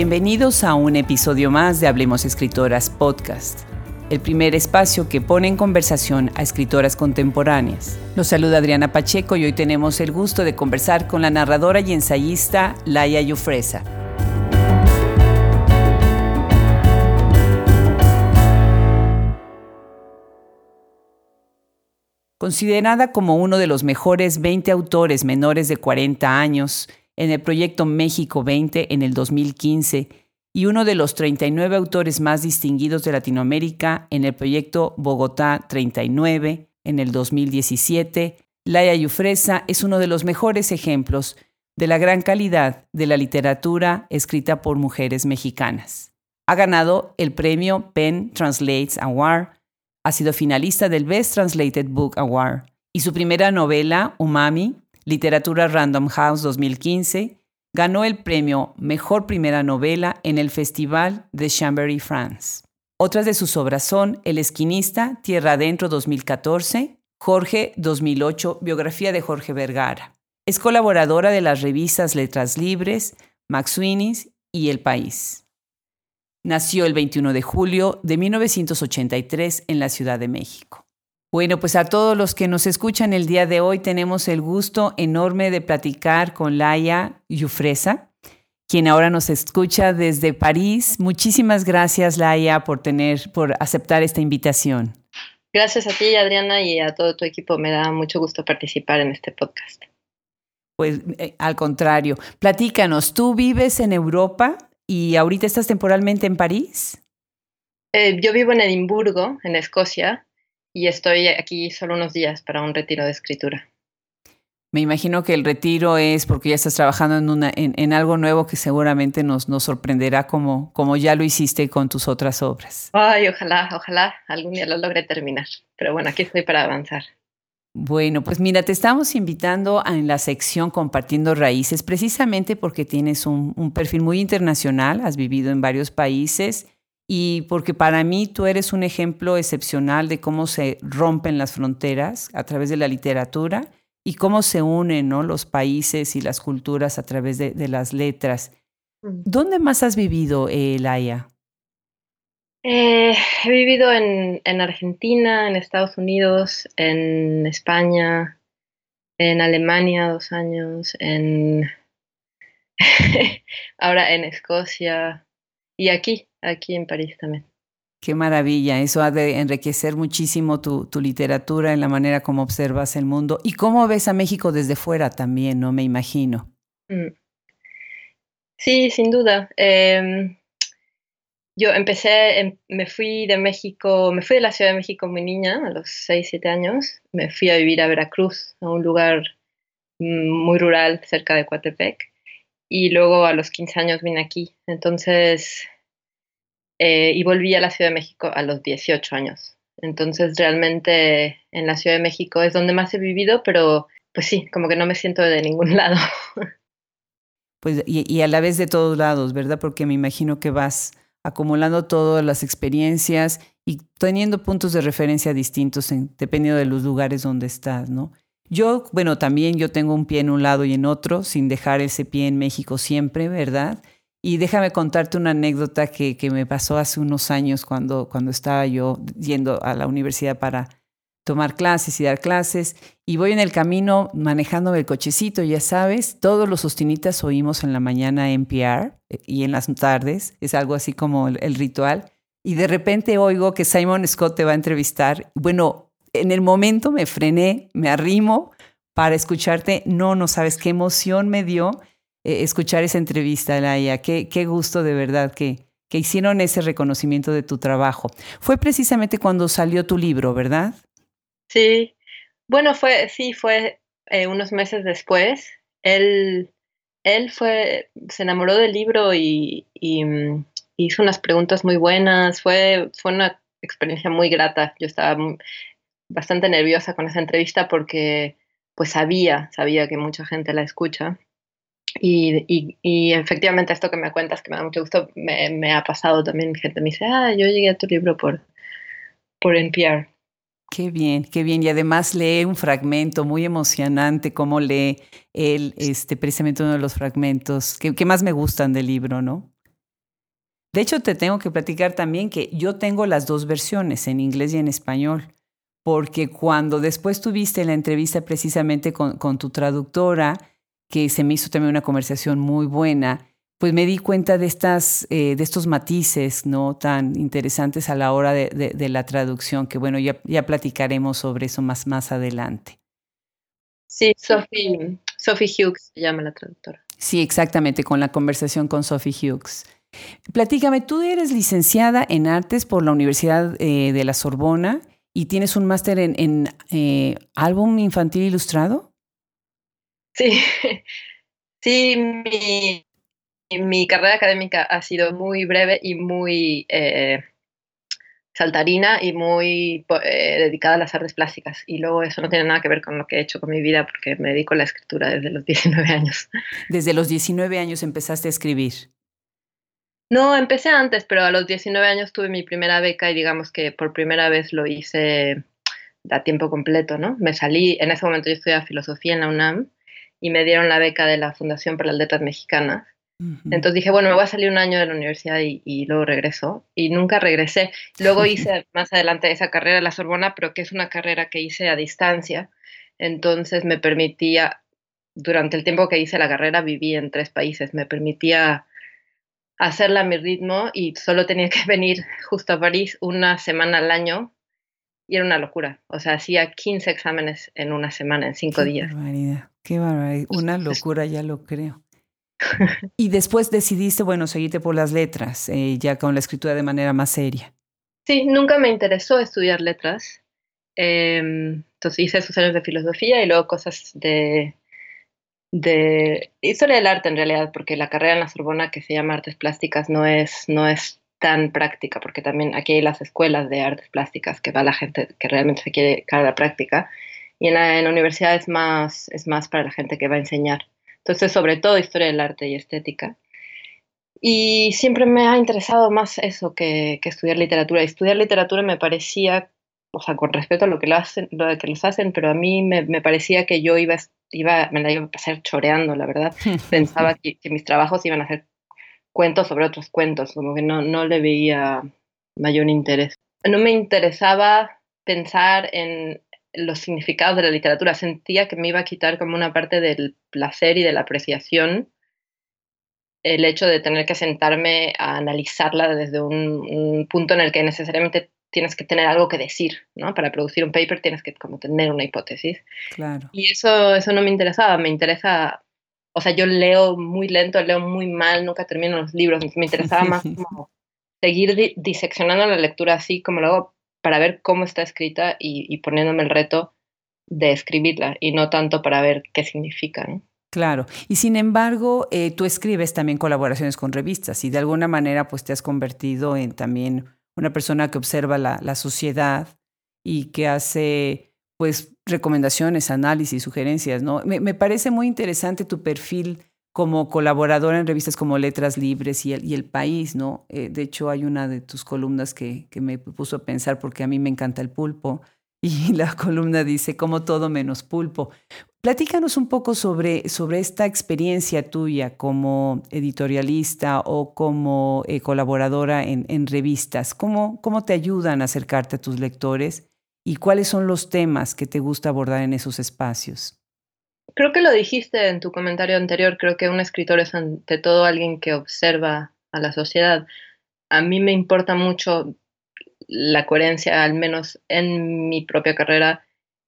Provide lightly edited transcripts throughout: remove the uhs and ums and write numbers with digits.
Bienvenidos a un episodio más de Hablemos Escritoras Podcast, el primer espacio que pone en conversación a escritoras contemporáneas. Los saluda Adriana Pacheco y hoy tenemos el gusto de conversar con la narradora y ensayista Laia Jufresa. Considerada como uno de los mejores 20 autores menores de 40 años en el proyecto México 20 en el 2015 y uno de los 39 autores más distinguidos de Latinoamérica en el proyecto Bogotá 39 en el 2017, Laia Jufresa es uno de los mejores ejemplos de la gran calidad de la literatura escrita por mujeres mexicanas. Ha ganado el premio PEN Translates Award, ha sido finalista del Best Translated Book Award y su primera novela, Umami, Literatura Random House 2015, ganó el premio Mejor Primera Novela en el Festival de Chambéry, France. Otras de sus obras son El Esquinista, Tierra Adentro 2014, Jorge 2008, biografía de Jorge Vergara. Es colaboradora de las revistas Letras Libres, McSweeney's y El País. Nació el 21 de julio de 1983 en la Ciudad de México. Bueno, pues a todos los que nos escuchan el día de hoy tenemos el gusto enorme de platicar con Laia Jufresa, quien ahora nos escucha desde París. Muchísimas gracias, Laia, por aceptar esta invitación. Gracias a ti, Adriana, y a todo tu equipo. Me da mucho gusto participar en este podcast. Pues al contrario, platícanos, ¿tú vives en Europa y ahorita estás temporalmente en París? Yo vivo en Edimburgo, en Escocia, y estoy aquí solo unos días para un retiro de escritura. Me imagino que el retiro es porque ya estás trabajando en algo nuevo que seguramente nos sorprenderá como ya lo hiciste con tus otras obras. Ay, ojalá algún día lo logre terminar. Pero bueno, aquí estoy para avanzar. Bueno, pues mira, te estamos invitando en la sección Compartiendo Raíces, precisamente porque tienes un perfil muy internacional, has vivido en varios países y porque para mí tú eres un ejemplo excepcional de cómo se rompen las fronteras a través de la literatura y cómo se unen, ¿no?, los países y las culturas a través de las letras. ¿Dónde más has vivido, Laia? He vivido en Argentina, en Estados Unidos, en España, en Alemania 2 años, ahora en Escocia y aquí en París también. Qué maravilla, eso ha de enriquecer muchísimo tu literatura en la manera como observas el mundo y cómo ves a México desde fuera también, ¿no? Me imagino. Sí, sin duda. Yo me fui de la Ciudad de México muy niña, a los 6, 7 años. Me fui a vivir a Veracruz, a un lugar muy rural cerca de Coatepec. Y luego a los 15 años vine aquí. Entonces, y volví a la Ciudad de México a los 18 años. Entonces, realmente en la Ciudad de México es donde más he vivido, pero pues sí, como que no me siento de ningún lado. Pues y a la vez de todos lados, ¿verdad? Porque me imagino que vas acumulando todas las experiencias y teniendo puntos de referencia distintos dependiendo de los lugares donde estás, ¿no? También yo tengo un pie en un lado y en otro, sin dejar ese pie en México siempre, ¿verdad? Y déjame contarte una anécdota que me pasó hace unos años cuando estaba yo yendo a la universidad para tomar clases y dar clases, y voy en el camino manejándome el cochecito, ya sabes, todos los ostinitas oímos en la mañana NPR y en las tardes, es algo así como el ritual, y de repente oigo que Simon Scott te va a entrevistar. Bueno, en el momento me frené, me arrimo para escucharte. No sabes qué emoción me dio escuchar esa entrevista, Laia. Qué gusto de verdad que hicieron ese reconocimiento de tu trabajo. Fue precisamente cuando salió tu libro, ¿verdad? Sí, bueno, fue unos meses después. Él se enamoró del libro y hizo unas preguntas muy buenas. Fue una experiencia muy grata. Yo estaba bastante nerviosa con esa entrevista porque pues sabía que mucha gente la escucha. Y efectivamente esto que me cuentas, que me da mucho gusto, me ha pasado también. Gente me dice, yo llegué a tu libro por NPR. Qué bien, qué bien. Y además lee un fragmento muy emocionante, como lee él, precisamente uno de los fragmentos que más me gustan del libro, ¿no? De hecho, te tengo que platicar también que yo tengo las dos versiones, en inglés y en español, porque cuando después tuviste la entrevista precisamente con tu traductora, que se me hizo también una conversación muy buena, pues me di cuenta de estos matices, ¿no? Tan interesantes a la hora de la traducción, que bueno, ya platicaremos sobre eso más adelante. Sí, Sophie Hughes se llama la traductora. Sí, exactamente, con la conversación con Sophie Hughes. Platícame, tú eres licenciada en Artes por la Universidad de la Sorbona y tienes un máster en álbum infantil ilustrado. Sí, sí, mi carrera académica ha sido muy breve y muy saltarina y muy dedicada a las artes plásticas. Y luego eso no tiene nada que ver con lo que he hecho con mi vida porque me dedico a la escritura desde los 19 años. Desde los 19 años empezaste a escribir. No, empecé antes, pero a los 19 años tuve mi primera beca y digamos que por primera vez lo hice a tiempo completo, ¿no? Me salí, en ese momento yo estudiaba filosofía en la UNAM y me dieron la beca de la Fundación para las Letras Mexicanas. Uh-huh. Entonces dije, bueno, me voy a salir un año de la universidad y luego regreso. Y nunca regresé. Luego hice más adelante esa carrera en la Sorbona, pero que es una carrera que hice a distancia. Entonces me permitía, durante el tiempo que hice la carrera, viví en 3 países. Me permitía hacerla a mi ritmo y solo tenía que venir justo a París una semana al año y era una locura. O sea, hacía 15 exámenes en una semana, en 5 días. Qué barbaridad. Una locura, ya lo creo. Y después decidiste, bueno, seguirte por las letras, ya con la escritura de manera más seria. Sí, nunca me interesó estudiar letras. Entonces hice esos años de filosofía y luego cosas de historia del arte en realidad, porque la carrera en la Sorbona que se llama Artes Plásticas no es tan práctica, porque también aquí hay las escuelas de artes plásticas que va la gente que realmente se quiere dedicar a la práctica, y en la universidad es más para la gente que va a enseñar. Entonces, sobre todo historia del arte y estética. Y siempre me ha interesado más eso que estudiar literatura. Estudiar literatura me parecía, o sea, con respeto a lo que los hacen, pero a mí me parecía que yo me la iba a pasar choreando, la verdad. Pensaba que mis trabajos iban a ser cuentos sobre otros cuentos, como que no le veía mayor interés. No me interesaba pensar en los significados de la literatura. Sentía que me iba a quitar como una parte del placer y de la apreciación el hecho de tener que sentarme a analizarla desde un punto en el que necesariamente tienes que tener algo que decir, ¿no? Para producir un paper tienes que como tener una hipótesis. Claro. Y eso no me interesaba, me interesa, o sea, yo leo muy lento, leo muy mal, nunca termino los libros, me interesaba más como seguir diseccionando la lectura así como lo hago para ver cómo está escrita y poniéndome el reto de escribirla y no tanto para ver qué significa, ¿no? Claro. Y sin embargo, tú escribes también colaboraciones con revistas y de alguna manera pues te has convertido en también una persona que observa la sociedad y que hace pues recomendaciones, análisis, sugerencias, ¿no? Me parece muy interesante tu perfil como colaboradora en revistas como Letras Libres y El País, ¿no? De hecho, hay una de tus columnas que me puso a pensar porque a mí me encanta el pulpo y la columna dice como todo menos pulpo. Platícanos un poco sobre esta experiencia tuya como editorialista o como colaboradora en revistas. ¿Cómo te ayudan a acercarte a tus lectores y cuáles son los temas que te gusta abordar en esos espacios? Creo que lo dijiste en tu comentario anterior, creo que un escritor es ante todo alguien que observa a la sociedad. A mí me importa mucho la coherencia, al menos en mi propia carrera,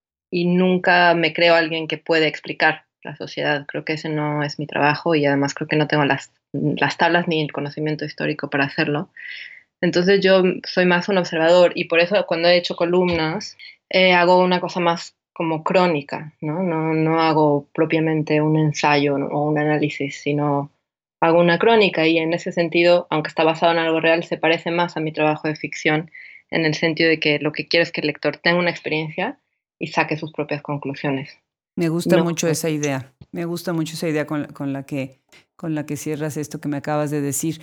y nunca me creo alguien que puede explicar la sociedad. Creo que ese no es mi trabajo y además creo que no tengo las tablas ni el conocimiento histórico para hacerlo. Entonces yo soy más un observador y por eso cuando he hecho columnas hago una cosa más como crónica, ¿no? No hago propiamente un ensayo o un análisis, sino hago una crónica y en ese sentido, aunque está basado en algo real, se parece más a mi trabajo de ficción en el sentido de que lo que quiero es que el lector tenga una experiencia y saque sus propias conclusiones. Me gusta No, mucho esa idea. Me gusta mucho esa idea con la que cierras esto que me acabas de decir.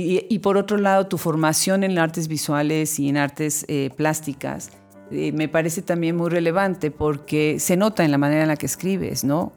Y por otro lado, tu formación en artes visuales y en artes plásticas me parece también muy relevante porque se nota en la manera en la que escribes, ¿no?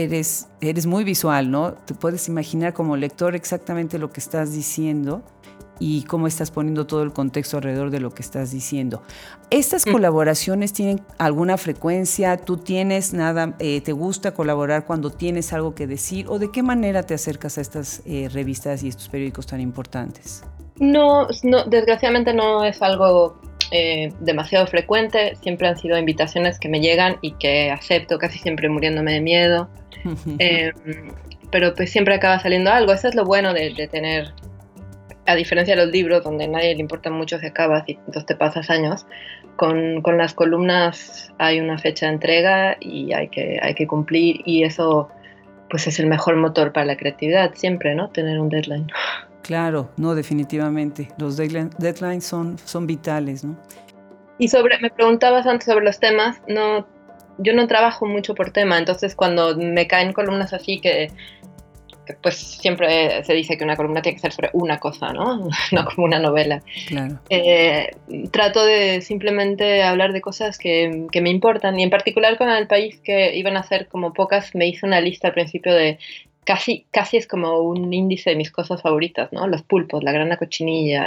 Eres muy visual, ¿no? Te puedes imaginar como lector exactamente lo que estás diciendo y cómo estás poniendo todo el contexto alrededor de lo que estás diciendo. ¿Estas colaboraciones tienen alguna frecuencia? ¿Tú tienes nada, te gusta colaborar cuando tienes algo que decir? ¿O de qué manera te acercas a estas revistas y estos periódicos tan importantes? No, no, desgraciadamente no es algo demasiado frecuente. Siempre han sido invitaciones que me llegan y que acepto, casi siempre muriéndome de miedo. Pero pues siempre acaba saliendo algo. Eso es lo bueno de tener, a diferencia de los libros, donde a nadie le importa mucho si acabas y entonces te pasas años. Con las columnas hay una fecha de entrega y hay que cumplir, y eso pues es el mejor motor para la creatividad siempre, ¿no? Tener un deadline. Claro, no, definitivamente. Los deadlines son vitales, ¿no? Y me preguntabas antes sobre los temas. No, yo no trabajo mucho por tema, entonces cuando me caen columnas así que pues siempre se dice que una columna tiene que ser sobre una cosa, ¿no? No como una novela. Claro. Trato de simplemente hablar de cosas que me importan, y en particular con El País, que iban a ser como pocas, me hice una lista al principio de casi es como un índice de mis cosas favoritas, ¿no? Los pulpos, la grana cochinilla,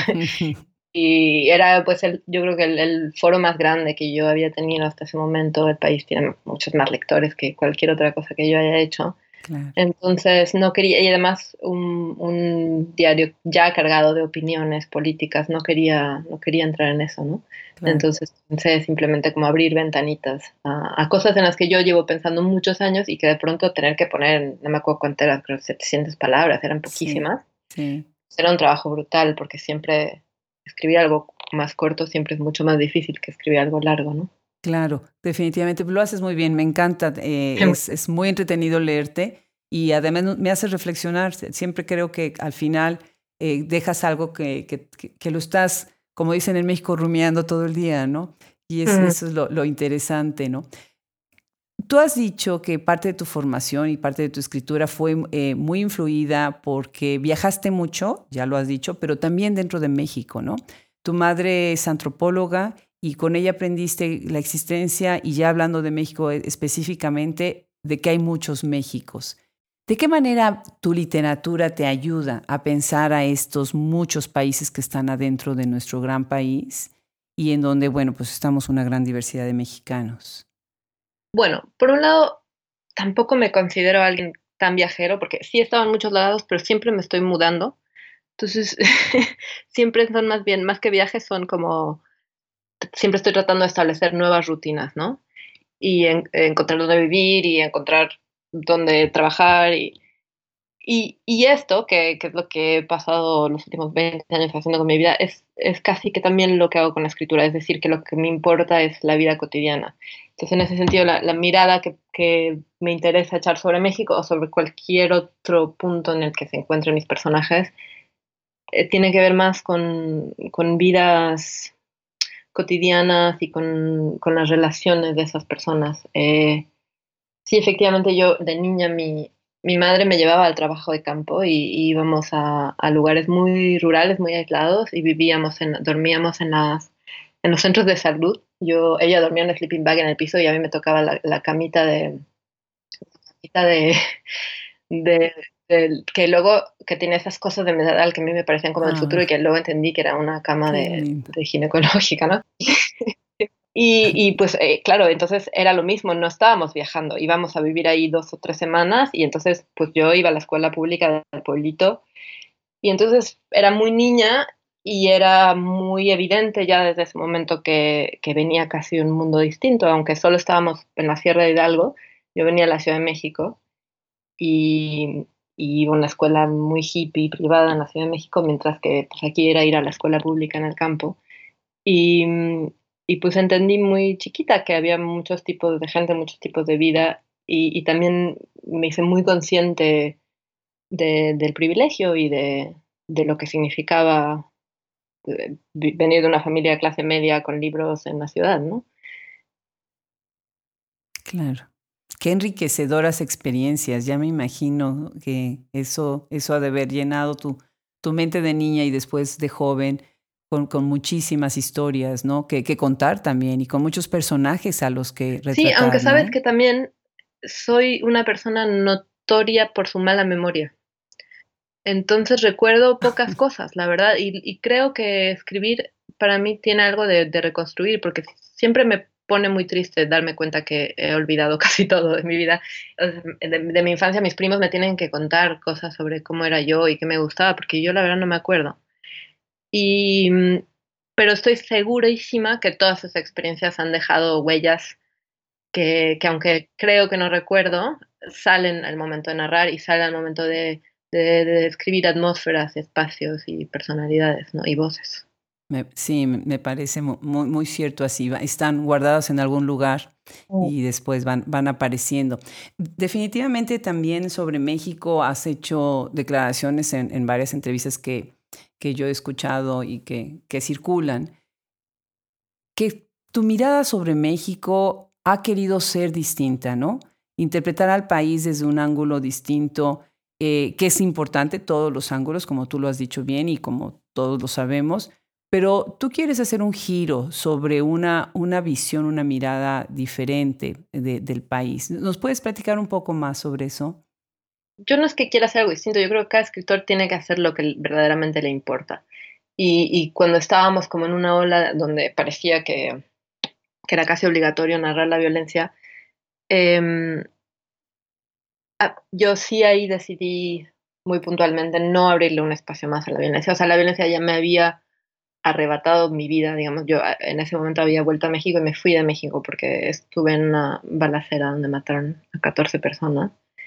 y era pues yo creo que el foro más grande que yo había tenido hasta ese momento. El País tiene muchos más lectores que cualquier otra cosa que yo haya hecho. Claro. Entonces no quería, y además un diario ya cargado de opiniones políticas, no quería entrar en eso, ¿no? Claro. Entonces pensé simplemente como abrir ventanitas a cosas en las que yo llevo pensando muchos años y que de pronto tener que poner, no me acuerdo cuántas eran, creo 700 palabras, eran poquísimas. Sí. Era un trabajo brutal, porque siempre escribir algo más corto siempre es mucho más difícil que escribir algo largo, ¿no? Claro, definitivamente lo haces muy bien, me encanta, es muy entretenido leerte y además me hace reflexionar. Siempre creo que al final dejas algo que lo estás, como dicen en México, rumiando todo el día, ¿no? Y eso es lo interesante, ¿no? Tú has dicho que parte de tu formación y parte de tu escritura fue muy influida porque viajaste mucho, ya lo has dicho, pero también dentro de México, ¿no? Tu madre es antropóloga y con ella aprendiste la existencia, y ya hablando de México específicamente, de que hay muchos Méxicos. ¿De qué manera tu literatura te ayuda a pensar a estos muchos países que están adentro de nuestro gran país y en donde, bueno, pues estamos una gran diversidad de mexicanos? Bueno, por un lado, tampoco me considero alguien tan viajero, porque sí he estado en muchos lados, pero siempre me estoy mudando. Entonces, siempre son más bien, más que viajes, son como, siempre estoy tratando de establecer nuevas rutinas, ¿no? Y encontrar dónde vivir y encontrar dónde trabajar. Y esto, que es lo que he pasado los últimos 20 años haciendo con mi vida, es casi que también lo que hago con la escritura. Es decir, que lo que me importa es la vida cotidiana. Entonces, en ese sentido, la mirada que me interesa echar sobre México o sobre cualquier otro punto en el que se encuentren mis personajes, tiene que ver más con vidas cotidianas y con las relaciones de esas personas. Sí, efectivamente, yo de niña mi madre me llevaba al trabajo de campo, y íbamos a lugares muy rurales, muy aislados, y dormíamos en los centros de salud. Ella dormía en el sleeping bag en el piso, y a mí me tocaba la camita de, de- que luego que tiene esas cosas de metal que a mí me parecían como del futuro, y Ah, que luego entendí que era una cama qué lindo. de ginecológica, ¿no? Y pues claro, entonces era lo mismo, no estábamos viajando, íbamos a vivir ahí 2 o 3 semanas, y entonces pues yo iba a la escuela pública del pueblito, y entonces era muy niña, y era muy evidente ya desde ese momento que venía casi un mundo distinto, aunque solo estábamos en la Sierra de Hidalgo. Yo venía a la Ciudad de México, y, y iba a una escuela muy hippie privada en la Ciudad de México, mientras que pues aquí era ir a la escuela pública en el campo. Y, y pues entendí muy chiquita que había muchos tipos de gente, muchos tipos de vida, y también me hice muy consciente del privilegio y de lo que significaba venir de una familia de clase media con libros en la ciudad, ¿no? Claro. Qué enriquecedoras experiencias. Ya me imagino que eso ha de haber llenado tu mente de niña y después de joven con muchísimas historias, ¿no? Que contar también y con muchos personajes a los que Sí, aunque retratar, sabes ¿no? que también soy una persona notoria por su mala memoria. Entonces recuerdo pocas cosas, la verdad, y creo que escribir para mí tiene algo de reconstruir, porque siempre me pone muy triste darme cuenta que he olvidado casi todo de mi vida. O sea, de mi infancia, mis primos me tienen que contar cosas sobre cómo era yo y qué me gustaba, porque yo la verdad no me acuerdo. Y, pero estoy segurísima que todas esas experiencias han dejado huellas que aunque creo que no recuerdo, salen al momento de narrar y salen al momento de describir atmósferas, espacios y personalidades, ¿no? Y voces. Sí, me parece muy, muy cierto así. Están guardados en algún lugar Mm. y después van apareciendo. Definitivamente también sobre México has hecho declaraciones en varias entrevistas que yo he escuchado y que circulan, que tu mirada sobre México ha querido ser distinta, ¿no? Interpretar al país desde un ángulo distinto, que es importante, todos los ángulos, como tú lo has dicho bien y como todos lo sabemos, pero tú quieres hacer un giro sobre una visión, una mirada diferente del país. ¿Nos puedes platicar un poco más sobre eso? Yo no es que quiera hacer algo distinto, yo creo que cada escritor tiene que hacer lo que verdaderamente le importa. Y cuando estábamos como en una ola donde parecía que era casi obligatorio narrar la violencia, em, yo sí ahí decidí muy puntualmente no abrirle un espacio más a la violencia. O sea, la violencia ya me había arrebatado mi vida, digamos. Yo en ese momento había vuelto a México y me fui de México porque estuve en una balacera donde mataron a 14 personas.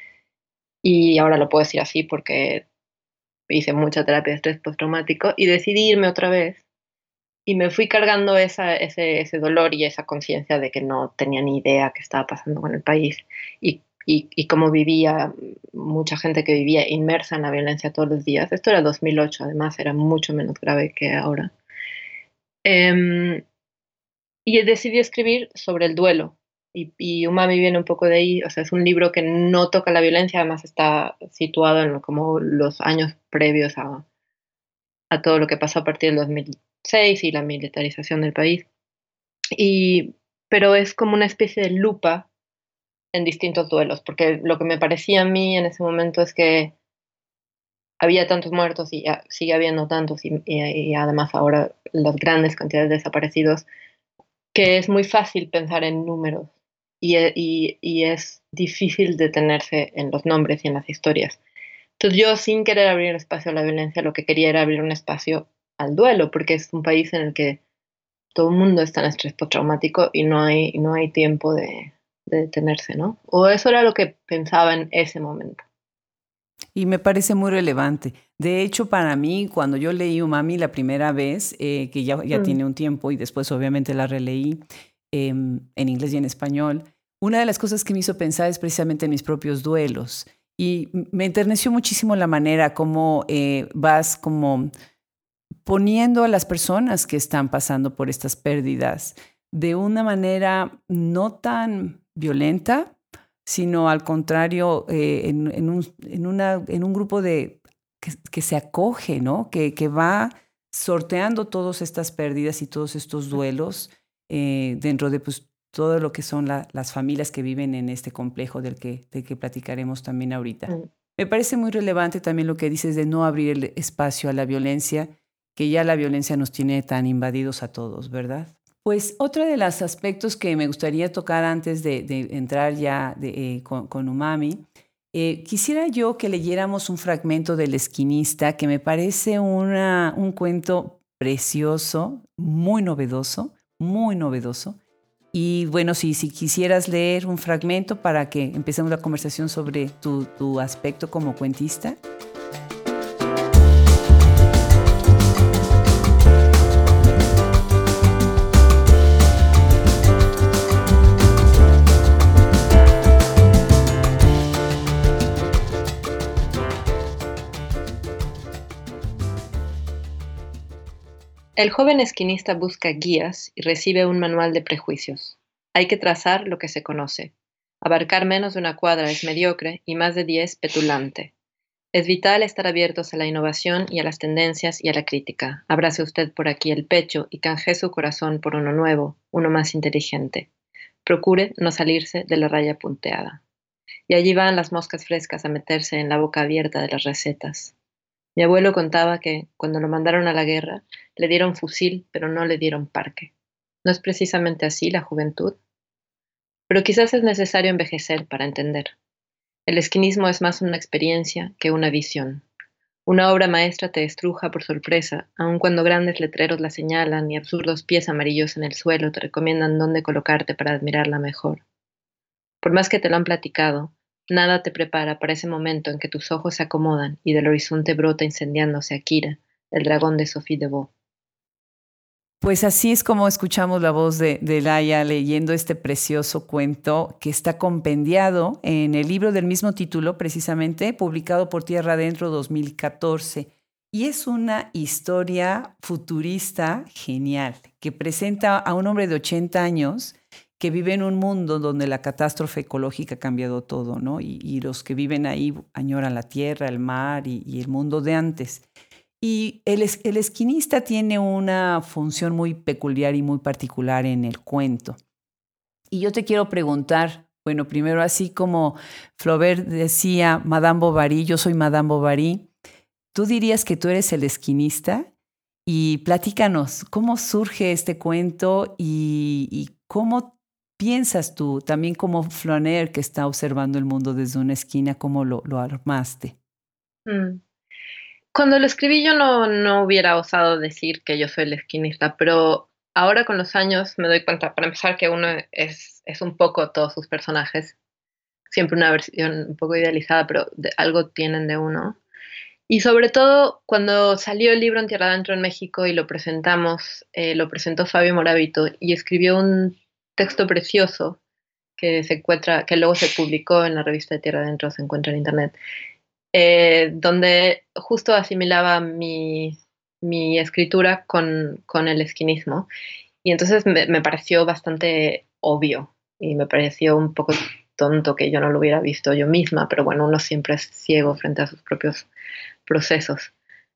Y ahora lo puedo decir así porque hice mucha terapia de estrés postraumático y decidí irme otra vez. Y me fui cargando ese dolor y esa conciencia de que no tenía ni idea qué estaba pasando con el país y cómo vivía mucha gente que vivía inmersa en la violencia todos los días. Esto era 2008, además era mucho menos grave que ahora. Em, y decidí escribir sobre el duelo. Y Umami viene un poco de ahí, o sea, es un libro que no toca la violencia, además está situado en como los años previos a todo lo que pasó a partir del 2006 y la militarización del país. Y, pero es como una especie de lupa en distintos duelos, porque lo que me parecía a mí en ese momento es que había tantos muertos y sigue habiendo tantos y además ahora las grandes cantidades de desaparecidos, que es muy fácil pensar en números y es difícil detenerse en los nombres y en las historias. Entonces yo, sin querer abrir espacio a la violencia, lo que quería era abrir un espacio al duelo, porque es un país en el que todo el mundo está en estrés postraumático y no hay tiempo de detenerse, ¿no? O eso era lo que pensaba en ese momento. Y me parece muy relevante. De hecho, para mí, cuando yo leí Umami la primera vez, que ya Mm, tiene un tiempo y después obviamente la releí en inglés y en español, una de las cosas que me hizo pensar es precisamente en mis propios duelos. Y me enterneció muchísimo la manera como vas como poniendo a las personas que están pasando por estas pérdidas de una manera no tan violenta, sino al contrario, en un grupo que se acoge, ¿no? Que va sorteando todas estas pérdidas y todos estos duelos dentro de pues, todo lo que son las familias que viven en este complejo del que platicaremos también ahorita. mm. Me parece muy relevante también lo que dices de no abrir el espacio a la violencia, que ya la violencia nos tiene tan invadidos a todos, ¿verdad? Pues otro de los aspectos que me gustaría tocar antes de entrar ya con Umami, quisiera yo que leyéramos un fragmento del Esquinista que me parece un cuento precioso, muy novedoso. Y bueno, si quisieras leer un fragmento para que empecemos la conversación sobre tu aspecto como cuentista. El joven esquinista busca guías y recibe un manual de prejuicios. Hay que trazar lo que se conoce. Abarcar menos de una cuadra es mediocre y más de 10 petulante. Es vital estar abiertos a la innovación y a las tendencias y a la crítica. Abrace usted por aquí el pecho y canje su corazón por uno nuevo, uno más inteligente. Procure no salirse de la raya punteada. Y allí van las moscas frescas a meterse en la boca abierta de las recetas. Mi abuelo contaba que cuando lo mandaron a la guerra, le dieron fusil, pero no le dieron parque. No es precisamente así la juventud, pero quizás es necesario envejecer para entender. El esquinismo es más una experiencia que una visión. Una obra maestra te estruja por sorpresa, aun cuando grandes letreros la señalan y absurdos pies amarillos en el suelo te recomiendan dónde colocarte para admirarla mejor. Por más que te lo han platicado, nada te prepara para ese momento en que tus ojos se acomodan y del horizonte brota incendiándose Akira, el dragón de Sophie Deveau. Pues así es como escuchamos la voz de Laia leyendo este precioso cuento que está compendiado en el libro del mismo título, precisamente, publicado por Tierra Adentro 2014. Y es una historia futurista genial, que presenta a un hombre de 80 años que vive en un mundo donde la catástrofe ecológica ha cambiado todo, ¿no? Y los que viven ahí añoran la tierra, el mar y el mundo de antes. Y el esquinista tiene una función muy peculiar y muy particular en el cuento. Y yo te quiero preguntar, bueno, primero así como Flaubert decía, Madame Bovary, yo soy Madame Bovary, ¿tú dirías que tú eres el esquinista? Y platícanos, ¿cómo surge este cuento y cómo piensas tú, también como Flaner que está observando el mundo desde una esquina, cómo lo armaste? Mm. Cuando lo escribí yo no hubiera osado decir que yo soy el esquinista, pero ahora con los años me doy cuenta, para empezar, que uno es un poco todos sus personajes, siempre una versión un poco idealizada, pero algo tienen de uno. Y sobre todo, cuando salió el libro En Tierra Adentro en México y lo presentamos, lo presentó Fabio Moravito y escribió un texto precioso que se encuentra, que luego se publicó en la revista de Tierra Adentro, se encuentra en internet, donde justo asimilaba mi escritura con el esquinismo. Y entonces me pareció bastante obvio y me pareció un poco tonto que yo no lo hubiera visto yo misma, pero bueno, uno siempre es ciego frente a sus propios procesos.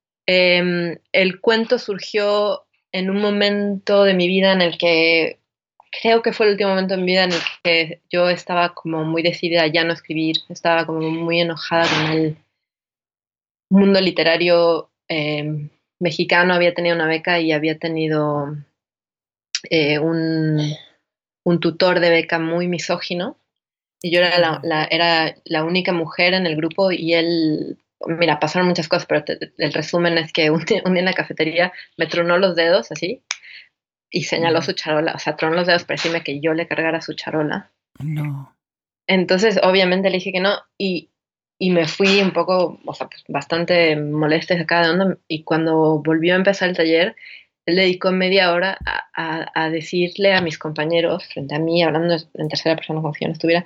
El cuento surgió en un momento de mi vida en el que creo que fue el último momento de mi vida en el que yo estaba como muy decidida a ya no escribir, estaba como muy enojada con el mundo literario mexicano, había tenido una beca y había tenido eh, un, un tutor de beca muy misógino y yo era Oh, era la única mujer en el grupo y él, mira, pasaron muchas cosas, pero el resumen es que un día en la cafetería me tronó los dedos así y señaló no, su charola, o sea, tronó los dedos para decirme que yo le cargara su charola. no. Entonces, obviamente le dije que no y me fui un poco, o sea, pues, bastante molesta y sacada de onda. Y cuando volvió a empezar el taller, él dedicó media hora a decirle a mis compañeros, frente a mí, hablando en tercera persona como si yo no estuviera,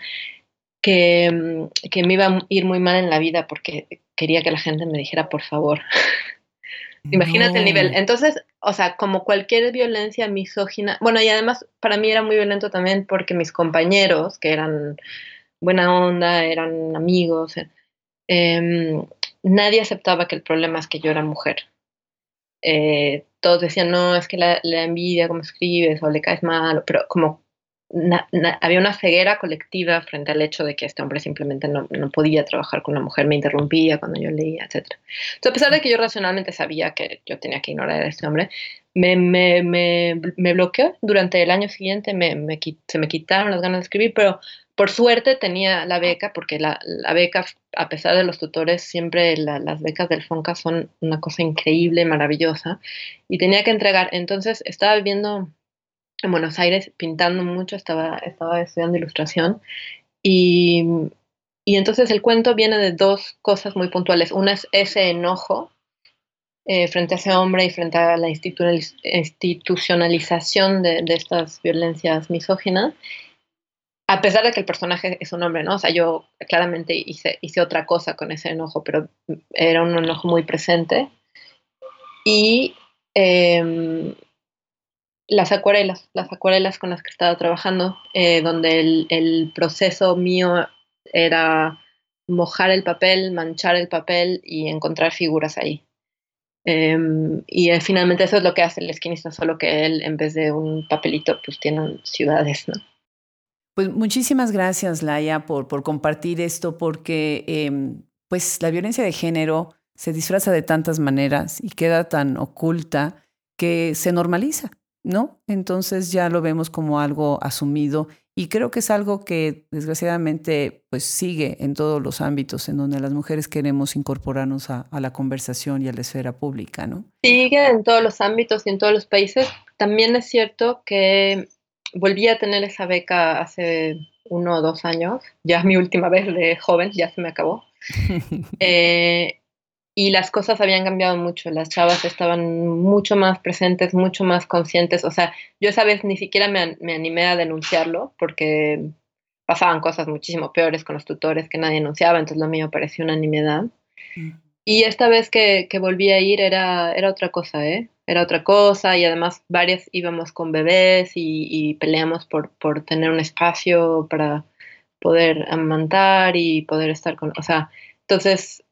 que me iba a ir muy mal en la vida porque quería que la gente me dijera por favor. Imagínate el nivel. No, Entonces, o sea, como cualquier violencia misógina, bueno, y además para mí era muy violento también porque mis compañeros, que eran buena onda, eran amigos, em, nadie aceptaba que el problema es que yo era mujer. Todos decían, no, es que la envidia, cómo escribes, o le caes mal, pero como había una ceguera colectiva frente al hecho de que este hombre simplemente no podía trabajar con una mujer, me interrumpía cuando yo leía, etcétera. Entonces, a pesar de que yo racionalmente sabía que yo tenía que ignorar a este hombre, me bloqueó durante el año siguiente, se me quitaron las ganas de escribir, pero por suerte tenía la beca, porque la beca, a pesar de los tutores, siempre las becas del FONCA son una cosa increíble, maravillosa, y tenía que entregar. Entonces estaba viviendo en Buenos Aires pintando mucho, estaba estudiando ilustración, y, y entonces el cuento viene de dos cosas muy puntuales. Una es ese enojo frente a ese hombre y frente a la institucionalización de estas violencias misóginas, a pesar de que el personaje es un hombre, ¿no? O sea, yo claramente hice otra cosa con ese enojo, pero era un enojo muy presente. Y eh, las acuarelas con las que estaba trabajando, donde el proceso mío era mojar el papel, manchar el papel y encontrar figuras ahí. Finalmente eso es lo que hace el esquinista, solo que él en vez de un papelito pues tiene ciudades, ¿no? pues muchísimas gracias, Laia, por compartir esto, porque pues la violencia de género se disfraza de tantas maneras y queda tan oculta que se normaliza, ¿no? Entonces ya lo vemos como algo asumido y creo que es algo que desgraciadamente pues sigue en todos los ámbitos en donde las mujeres queremos incorporarnos a la conversación y a la esfera pública, ¿no? Sigue en todos los ámbitos y en todos los países. También es cierto que volví a tener esa beca hace 1 o 2 años, ya mi última vez de joven, ya se me acabó. Eh, y las cosas habían cambiado mucho, las chavas estaban mucho más presentes, mucho más conscientes. O sea, yo esa vez ni siquiera me animé a denunciarlo porque pasaban cosas muchísimo peores con los tutores que nadie denunciaba, entonces lo mío parecía una nimiedad. Mm. Y esta vez que volví a ir era otra cosa, ¿eh? Era otra cosa y además varias íbamos con bebés y peleamos por tener un espacio para poder amamantar y poder estar con, o sea, entonces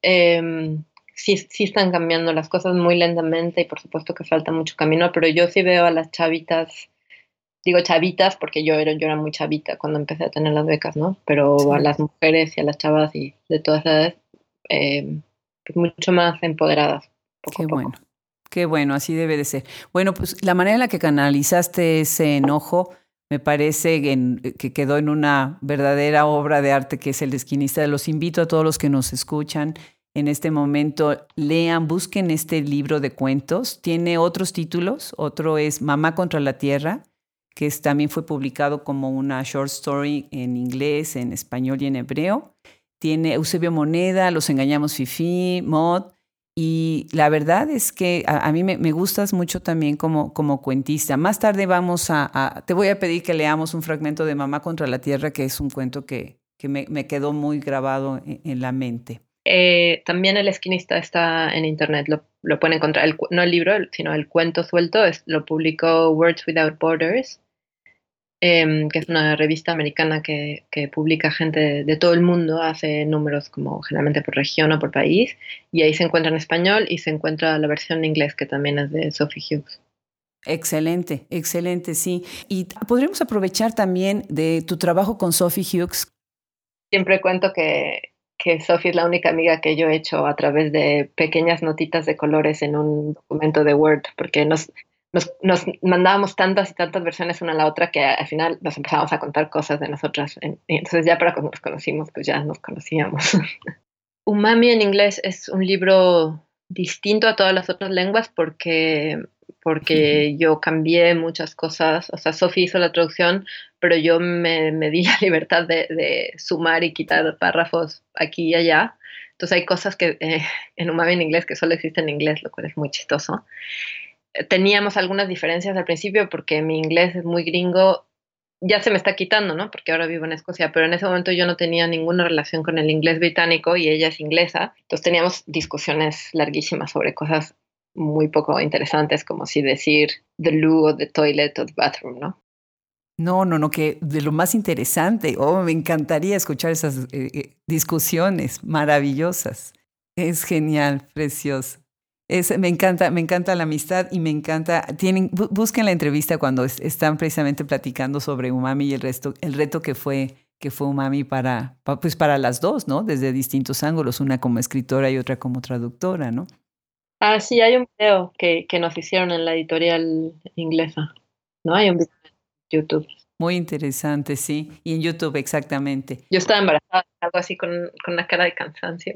sí están cambiando las cosas muy lentamente y por supuesto que falta mucho camino, pero yo sí veo a las chavitas, digo chavitas porque yo era muy chavita cuando empecé a tener las becas, ¿no? Pero a Sí, las mujeres y a las chavas y de todas edades, pues mucho más empoderadas, poco a qué poco. bueno. Qué bueno, así debe de ser. Bueno, pues la manera en la que canalizaste ese enojo me parece que quedó en una verdadera obra de arte que es El Esquinista. Los invito a todos los que nos escuchan en este momento, lean, busquen este libro de cuentos. Tiene otros títulos. Otro es Mamá contra la Tierra, que también fue publicado como una short story en inglés, en español y en hebreo. Tiene Eusebio Moneda, Los Engañamos Fifi, Mod. Y la verdad es que a mí me gustas mucho también como cuentista. Más tarde te voy a pedir que leamos un fragmento de Mamá contra la Tierra, que es un cuento que me quedó muy grabado en la mente. También El Esquinista está en internet, lo pueden encontrar, no el libro, sino el cuento suelto, lo publicó Words Without Borders, que es una revista americana que publica gente de todo el mundo, hace números como generalmente por región o por país, y ahí se encuentra en español y se encuentra la versión en inglés que también es de Sophie Hughes. Excelente, excelente, sí. Y podremos aprovechar también de tu trabajo con Sophie Hughes. Siempre cuento que Sophie es la única amiga que yo he hecho a través de pequeñas notitas de colores en un documento de Word, porque nos mandábamos tantas y tantas versiones una a la otra que al final nos empezábamos a contar cosas de nosotras. Y entonces ya para cuando nos conocimos, pues ya nos conocíamos. Umami en inglés es un libro distinto a todas las otras lenguas porque yo cambié muchas cosas. O sea, Sophie hizo la traducción, pero yo me di la libertad de sumar y quitar párrafos aquí y allá. Entonces hay cosas que en Umami en inglés que solo existen en inglés, lo cual es muy chistoso. Teníamos algunas diferencias al principio porque mi inglés es muy gringo, ya se me está quitando, ¿no? Porque ahora vivo en Escocia, pero en ese momento yo no tenía ninguna relación con el inglés británico y ella es inglesa. Entonces teníamos discusiones larguísimas sobre cosas muy poco interesantes, como si decir the loo o the toilet o the bathroom, ¿no? No, no, no, que de lo más interesante. Oh, me encantaría escuchar esas discusiones maravillosas. Es genial, precioso. Me encanta la amistad y me encanta. Busquen la entrevista cuando están precisamente platicando sobre Umami y el reto que fue Umami pues para las dos, ¿no? Desde distintos ángulos, una como escritora y otra como traductora, ¿no? Ah, sí, hay un video que nos hicieron en la editorial inglesa, ¿no? Hay un video en YouTube. Muy interesante, sí. Y en YouTube, exactamente. Yo estaba embarazada, algo así con una cara de cansancio.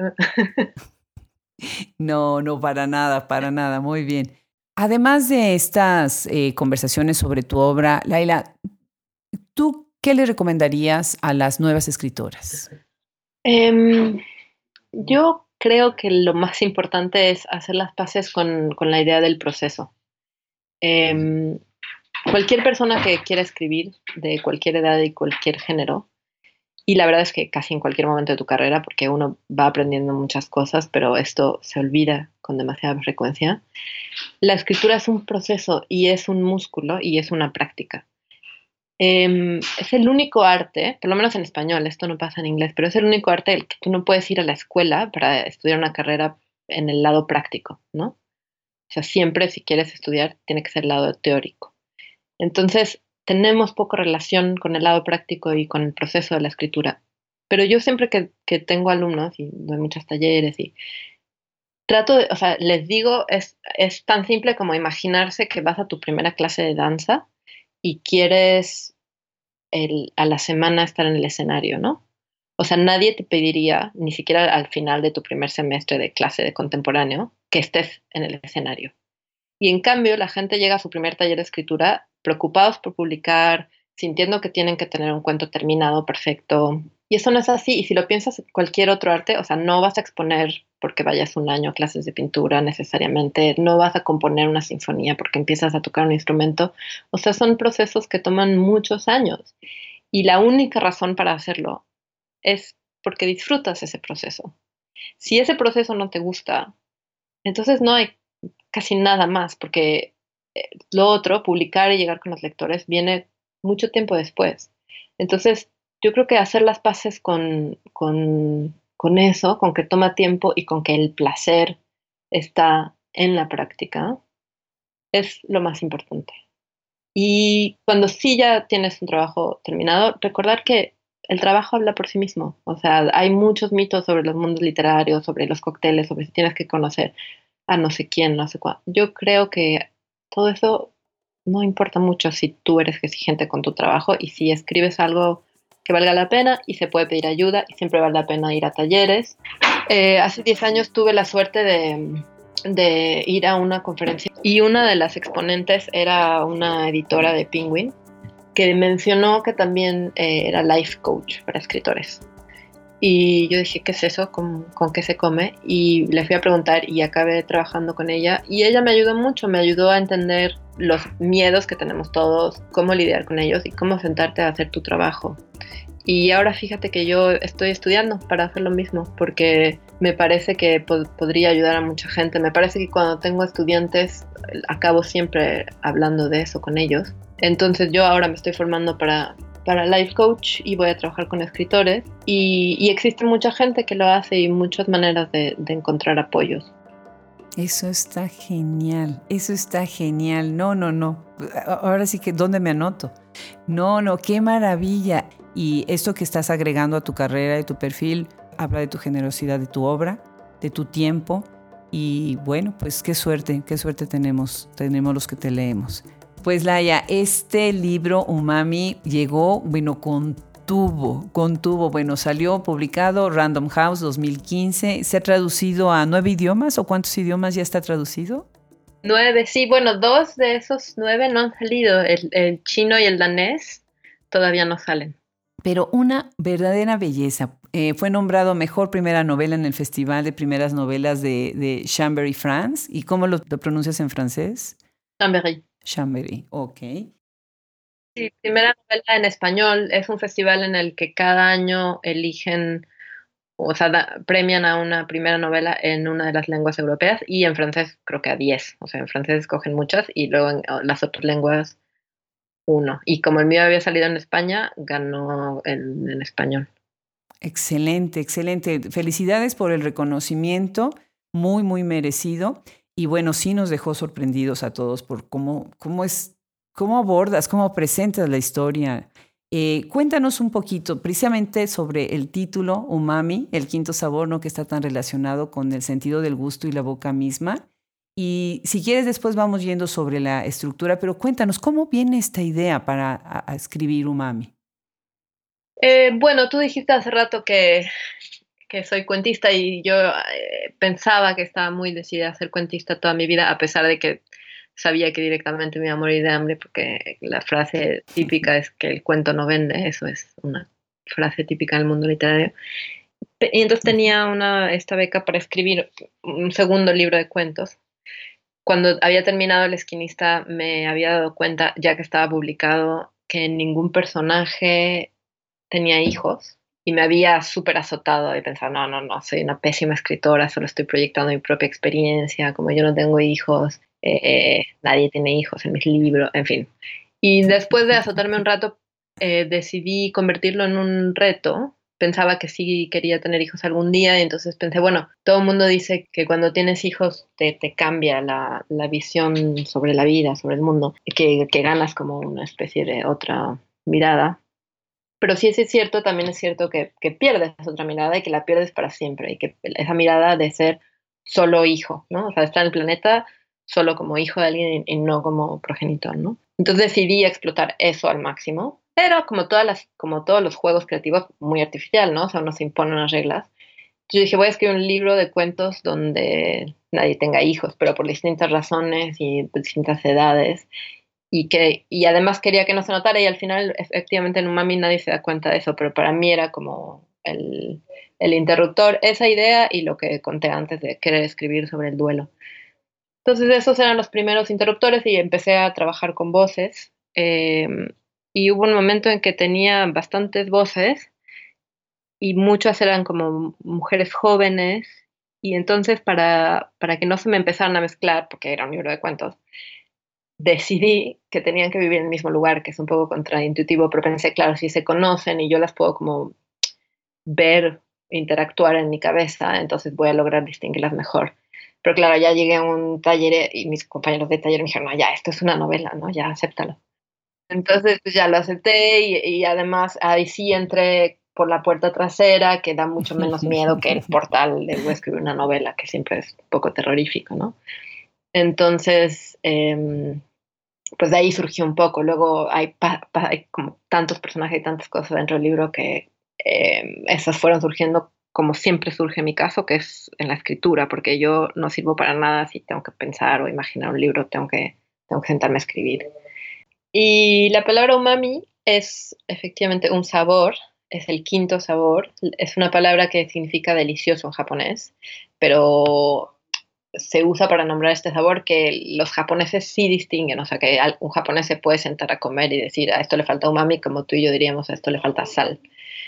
No, no, para nada, muy bien. Además de estas conversaciones sobre tu obra, Laila, ¿tú qué le recomendarías a las nuevas escritoras? Em, Yo creo que lo más importante es hacer las paces con la idea del proceso. Em, Cualquier persona que quiera escribir de cualquier edad y cualquier género, y la verdad es que casi en cualquier momento de tu carrera, porque uno va aprendiendo muchas cosas, pero esto se olvida con demasiada frecuencia, la escritura es un proceso y es un músculo y es una práctica. Es el único arte, por lo menos en español, esto no pasa en inglés, pero es el único arte el que tú no puedes ir a la escuela para estudiar una carrera en el lado práctico, ¿no? O sea, siempre si quieres estudiar tiene que ser el lado teórico. Entonces, tenemos poca relación con el lado práctico y con el proceso de la escritura. Pero yo siempre que tengo alumnos y doy muchos talleres o sea, les digo, es tan simple como imaginarse que vas a tu primera clase de danza y quieres a la semana estar en el escenario, ¿no? O sea, nadie te pediría, ni siquiera al final de tu primer semestre de clase de contemporáneo, que estés en el escenario. Y en cambio, la gente llega a su primer taller de escritura preocupados por publicar, sintiendo que tienen que tener un cuento terminado, perfecto. Y eso no es así. Y si lo piensas en cualquier otro arte, o sea, no vas a exponer porque vayas un año a clases de pintura necesariamente, no vas a componer una sinfonía porque empiezas a tocar un instrumento. O sea, son procesos que toman muchos años. Y la única razón para hacerlo es porque disfrutas ese proceso. Si ese proceso no te gusta, entonces no hay casi nada más, porque lo otro, publicar y llegar con los lectores, viene mucho tiempo después. Entonces, yo creo que hacer las paces con eso, con que toma tiempo y con que el placer está en la práctica, es lo más importante. Y cuando sí ya tienes un trabajo terminado, recordar que el trabajo habla por sí mismo. O sea, hay muchos mitos sobre los mundos literarios, sobre los cócteles, sobre si tienes que conocer a no sé quién, no sé cuándo. Yo creo que todo eso no importa mucho si tú eres exigente con tu trabajo y si escribes algo que valga la pena y se puede pedir ayuda y siempre vale la pena ir a talleres. Hace 10 años tuve la suerte de ir a una conferencia y una de las exponentes era una editora de Penguin que mencionó que también era life coach para escritores. Y yo dije, ¿qué es eso? ¿Con qué se come? Y le fui a preguntar y acabé trabajando con ella. Y ella me ayudó mucho, me ayudó a entender los miedos que tenemos todos, cómo lidiar con ellos y cómo sentarte a hacer tu trabajo. Y ahora fíjate que yo estoy estudiando para hacer lo mismo, porque me parece que podría ayudar a mucha gente. Me parece que cuando tengo estudiantes acabo siempre hablando de eso con ellos. Entonces yo ahora me estoy formando para life coach y voy a trabajar con escritores. Y existe mucha gente que lo hace y muchas maneras de encontrar apoyos. Eso está genial, eso está genial. No, no, no. Ahora sí que, ¿dónde me anoto? No, no, qué maravilla. Y esto que estás agregando a tu carrera y tu perfil habla de tu generosidad, de tu obra, de tu tiempo. Y bueno, pues qué suerte tenemos los que te leemos. Pues Laia, este libro Umami llegó, bueno, bueno, salió publicado Random House 2015, ¿se ha traducido a 9 idiomas o cuántos idiomas ya está traducido? 9, sí, bueno, 2 de esos 9 no han salido, el chino y el danés todavía no salen. Pero una verdadera belleza. Fue nombrado mejor primera novela en el Festival de Primeras Novelas de Chambéry, France. ¿Y cómo lo pronuncias en francés? Chambéry. Chambéry, ok. Sí, primera novela en español es un festival en el que cada año eligen, o sea, premian a una primera novela en una de las lenguas europeas y en francés creo que a 10. O sea, en francés escogen muchas y luego en las otras lenguas uno. Y como el mío había salido en España, ganó en español. Excelente, excelente. Felicidades por el reconocimiento, muy, muy merecido. Y bueno, sí nos dejó sorprendidos a todos por cómo abordas, cómo presentas la historia. Cuéntanos un poquito precisamente sobre el título Umami, el quinto sabor, ¿no? Que está tan relacionado con el sentido del gusto y la boca misma. Y si quieres, después vamos yendo sobre la estructura, pero cuéntanos, ¿cómo viene esta idea para a escribir Umami? Bueno, tú dijiste hace rato que soy cuentista y yo pensaba que estaba muy decidida a ser cuentista toda mi vida, a pesar de que sabía que directamente me iba a morir de hambre, porque la frase típica es que el cuento no vende, eso es una frase típica del mundo literario. Y entonces tenía esta beca para escribir un segundo libro de cuentos. Cuando había terminado El Esquinista me había dado cuenta, ya que estaba publicado, que ningún personaje tenía hijos y me había súper azotado y pensaba, no, no, no, soy una pésima escritora, solo estoy proyectando mi propia experiencia, como yo no tengo hijos, nadie tiene hijos en mis libros, en fin. Y después de azotarme un rato, decidí convertirlo en un reto. Pensaba que sí quería tener hijos algún día y entonces pensé, bueno, todo el mundo dice que cuando tienes hijos te cambia la visión sobre la vida, sobre el mundo, que ganas como una especie de otra mirada. Pero sí es cierto, también es cierto que pierdes otra mirada y que la pierdes para siempre y que esa mirada de ser solo hijo, ¿no? O sea, está en el planeta solo como hijo de alguien y no como progenitor, ¿no? Entonces decidí explotar eso al máximo, pero como todos los juegos creativos, muy artificial, ¿no? O sea, uno se impone unas reglas. Yo dije, voy a escribir un libro de cuentos donde nadie tenga hijos, pero por distintas razones y de distintas edades. Y además quería que no se notara y al final efectivamente en Umami nadie se da cuenta de eso, pero para mí era como el interruptor, esa idea y lo que conté antes de querer escribir sobre el duelo. Entonces esos eran los primeros interruptores y empecé a trabajar con voces. Y hubo un momento en que tenía bastantes voces y muchas eran como mujeres jóvenes. Y entonces para que no se me empezaran a mezclar, porque era un libro de cuentos, decidí que tenían que vivir en el mismo lugar, que es un poco contraintuitivo, pero pensé, claro, si se conocen y yo las puedo como ver, interactuar en mi cabeza, entonces voy a lograr distinguirlas mejor. Pero claro, ya llegué a un taller y mis compañeros de taller me dijeron, no, ya, esto es una novela, ¿no? Ya, acéptalo. Entonces, pues ya lo acepté y además ahí sí entré por la puerta trasera, que da mucho menos miedo que el portal de voy a escribir una novela, que siempre es un poco terrorífico, ¿no? Entonces, pues de ahí surgió un poco. Luego hay como tantos personajes y tantas cosas dentro del libro que esas fueron surgiendo como siempre surge en mi caso, que es en la escritura, porque yo no sirvo para nada si tengo que pensar o imaginar un libro, tengo que sentarme a escribir. Y la palabra umami es efectivamente un sabor, es el quinto sabor, es una palabra que significa delicioso en japonés, pero se usa para nombrar este sabor que los japoneses sí distinguen, o sea que un japonés se puede sentar a comer y decir a esto le falta umami, como tú y yo diríamos a esto le falta sal.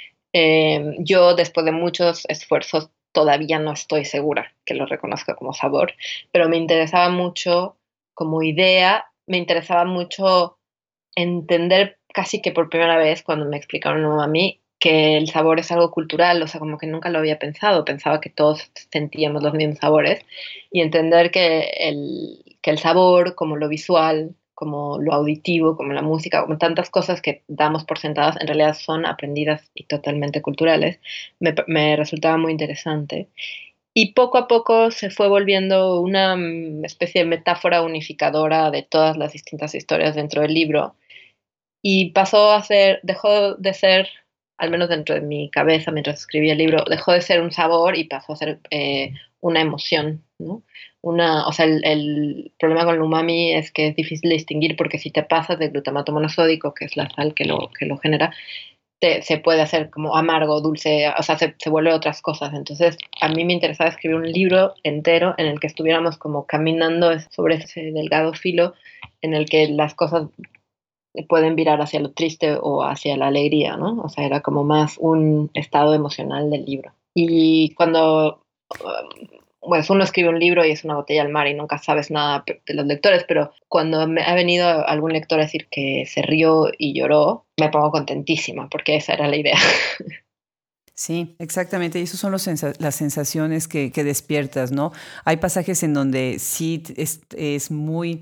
Yo después de muchos esfuerzos todavía no estoy segura que lo reconozca como sabor, pero me interesaba mucho como idea, me interesaba mucho entender casi que por primera vez cuando me explicaron umami que el sabor es algo cultural, o sea, como que nunca lo había pensado, pensaba que todos sentíamos los mismos sabores y entender que el sabor, como lo visual, como lo auditivo, como la música, como tantas cosas que damos por sentadas, en realidad son aprendidas y totalmente culturales, me resultaba muy interesante. Y poco a poco se fue volviendo una especie de metáfora unificadora de todas las distintas historias dentro del libro y pasó a ser, dejó de ser, al menos dentro de mi cabeza mientras escribía el libro, dejó de ser un sabor y pasó a ser una emoción, ¿no? O sea, el problema con el umami es que es difícil de distinguir porque si te pasas de glutamato monosódico, que es la sal que lo genera, se puede hacer como amargo, dulce, o sea, se vuelve otras cosas. Entonces, a mí me interesaba escribir un libro entero en el que estuviéramos como caminando sobre ese delgado filo en el que las cosas pueden virar hacia lo triste o hacia la alegría, ¿no? O sea, era como más un estado emocional del libro. Y cuando, bueno, uno escribe un libro y es una botella al mar y nunca sabes nada de los lectores, pero cuando me ha venido algún lector a decir que se rió y lloró, me pongo contentísima, porque esa era la idea. Sí, exactamente. Y esas son las sensaciones que despiertas, ¿no? Hay pasajes en donde sí es muy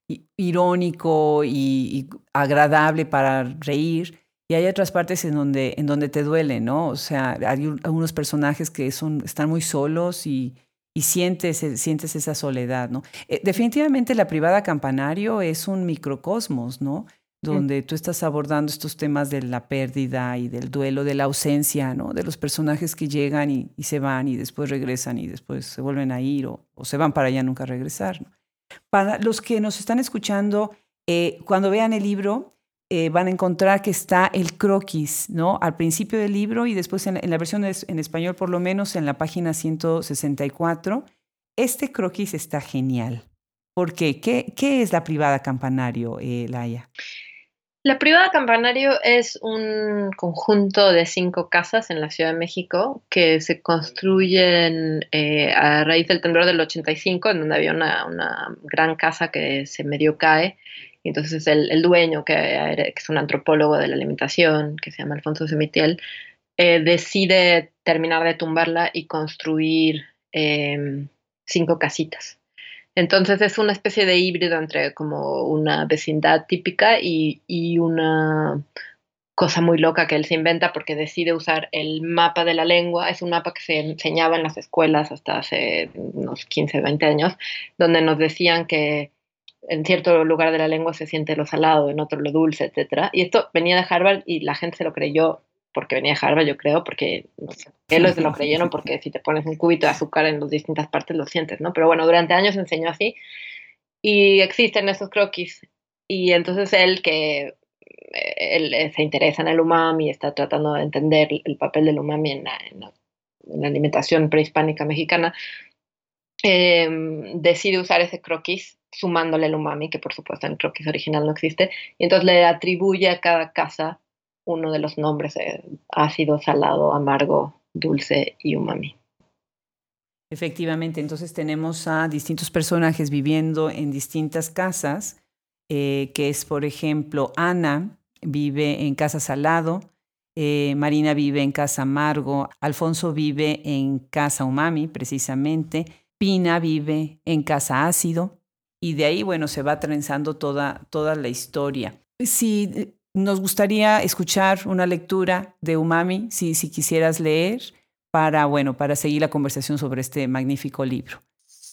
irónico y agradable para reír. Y hay otras partes en donde te duele, ¿no? O sea, hay algunos personajes que están muy solos y sientes esa soledad, ¿no? Definitivamente La Privada Campanario es un microcosmos, ¿no? Donde tú estás abordando estos temas de la pérdida y del duelo, de la ausencia, ¿no? De los personajes que llegan y se van y después regresan y después se vuelven a ir o se van para allá nunca regresar, ¿no? Para los que nos están escuchando, cuando vean el libro, van a encontrar que está el croquis, ¿no? Al principio del libro y después en la versión en español, por lo menos en la página 164. Este croquis está genial. ¿Por qué? ¿Qué es La Privada Campanario, Laia? La Privada Campanario es un conjunto de 5 casas en la Ciudad de México que se construyen a raíz del temblor del 85, en donde había una gran casa que se medio cae. Y entonces el dueño, que es un antropólogo de la alimentación, que se llama Alfonso Semitiel, decide terminar de tumbarla y construir 5 casitas. Entonces es una especie de híbrido entre como una vecindad típica y cosa muy loca que él se inventa porque decide usar el mapa de la lengua. Es un mapa que se enseñaba en las escuelas hasta hace unos 15, 20 años, donde nos decían que en cierto lugar de la lengua se siente lo salado, en otro lo dulce, etcétera. Y esto venía de Harvard y la gente se lo creyó porque venía de Harvard, yo creo, porque no sé, ellos se lo creyeron porque si te pones un cubito de azúcar en las distintas partes lo sientes, ¿no? Pero bueno, durante años se enseñó así y existen estos croquis. Y entonces él se interesa en el umami, está tratando de entender el papel del umami en la alimentación prehispánica mexicana, decide usar ese croquis sumándole el umami, que por supuesto en el croquis original no existe, y entonces le atribuye a cada casa uno de los nombres, ácido, salado, amargo, dulce y umami. Efectivamente, entonces tenemos a distintos personajes viviendo en distintas casas, que es, por ejemplo, Ana vive en casa Salado, Marina vive en casa Amargo, Alfonso vive en casa Umami, precisamente, Pina vive en casa Ácido, y de ahí, bueno, se va trenzando toda la historia. Si nos gustaría escuchar una lectura de Umami, si quisieras leer, para seguir la conversación sobre este magnífico libro.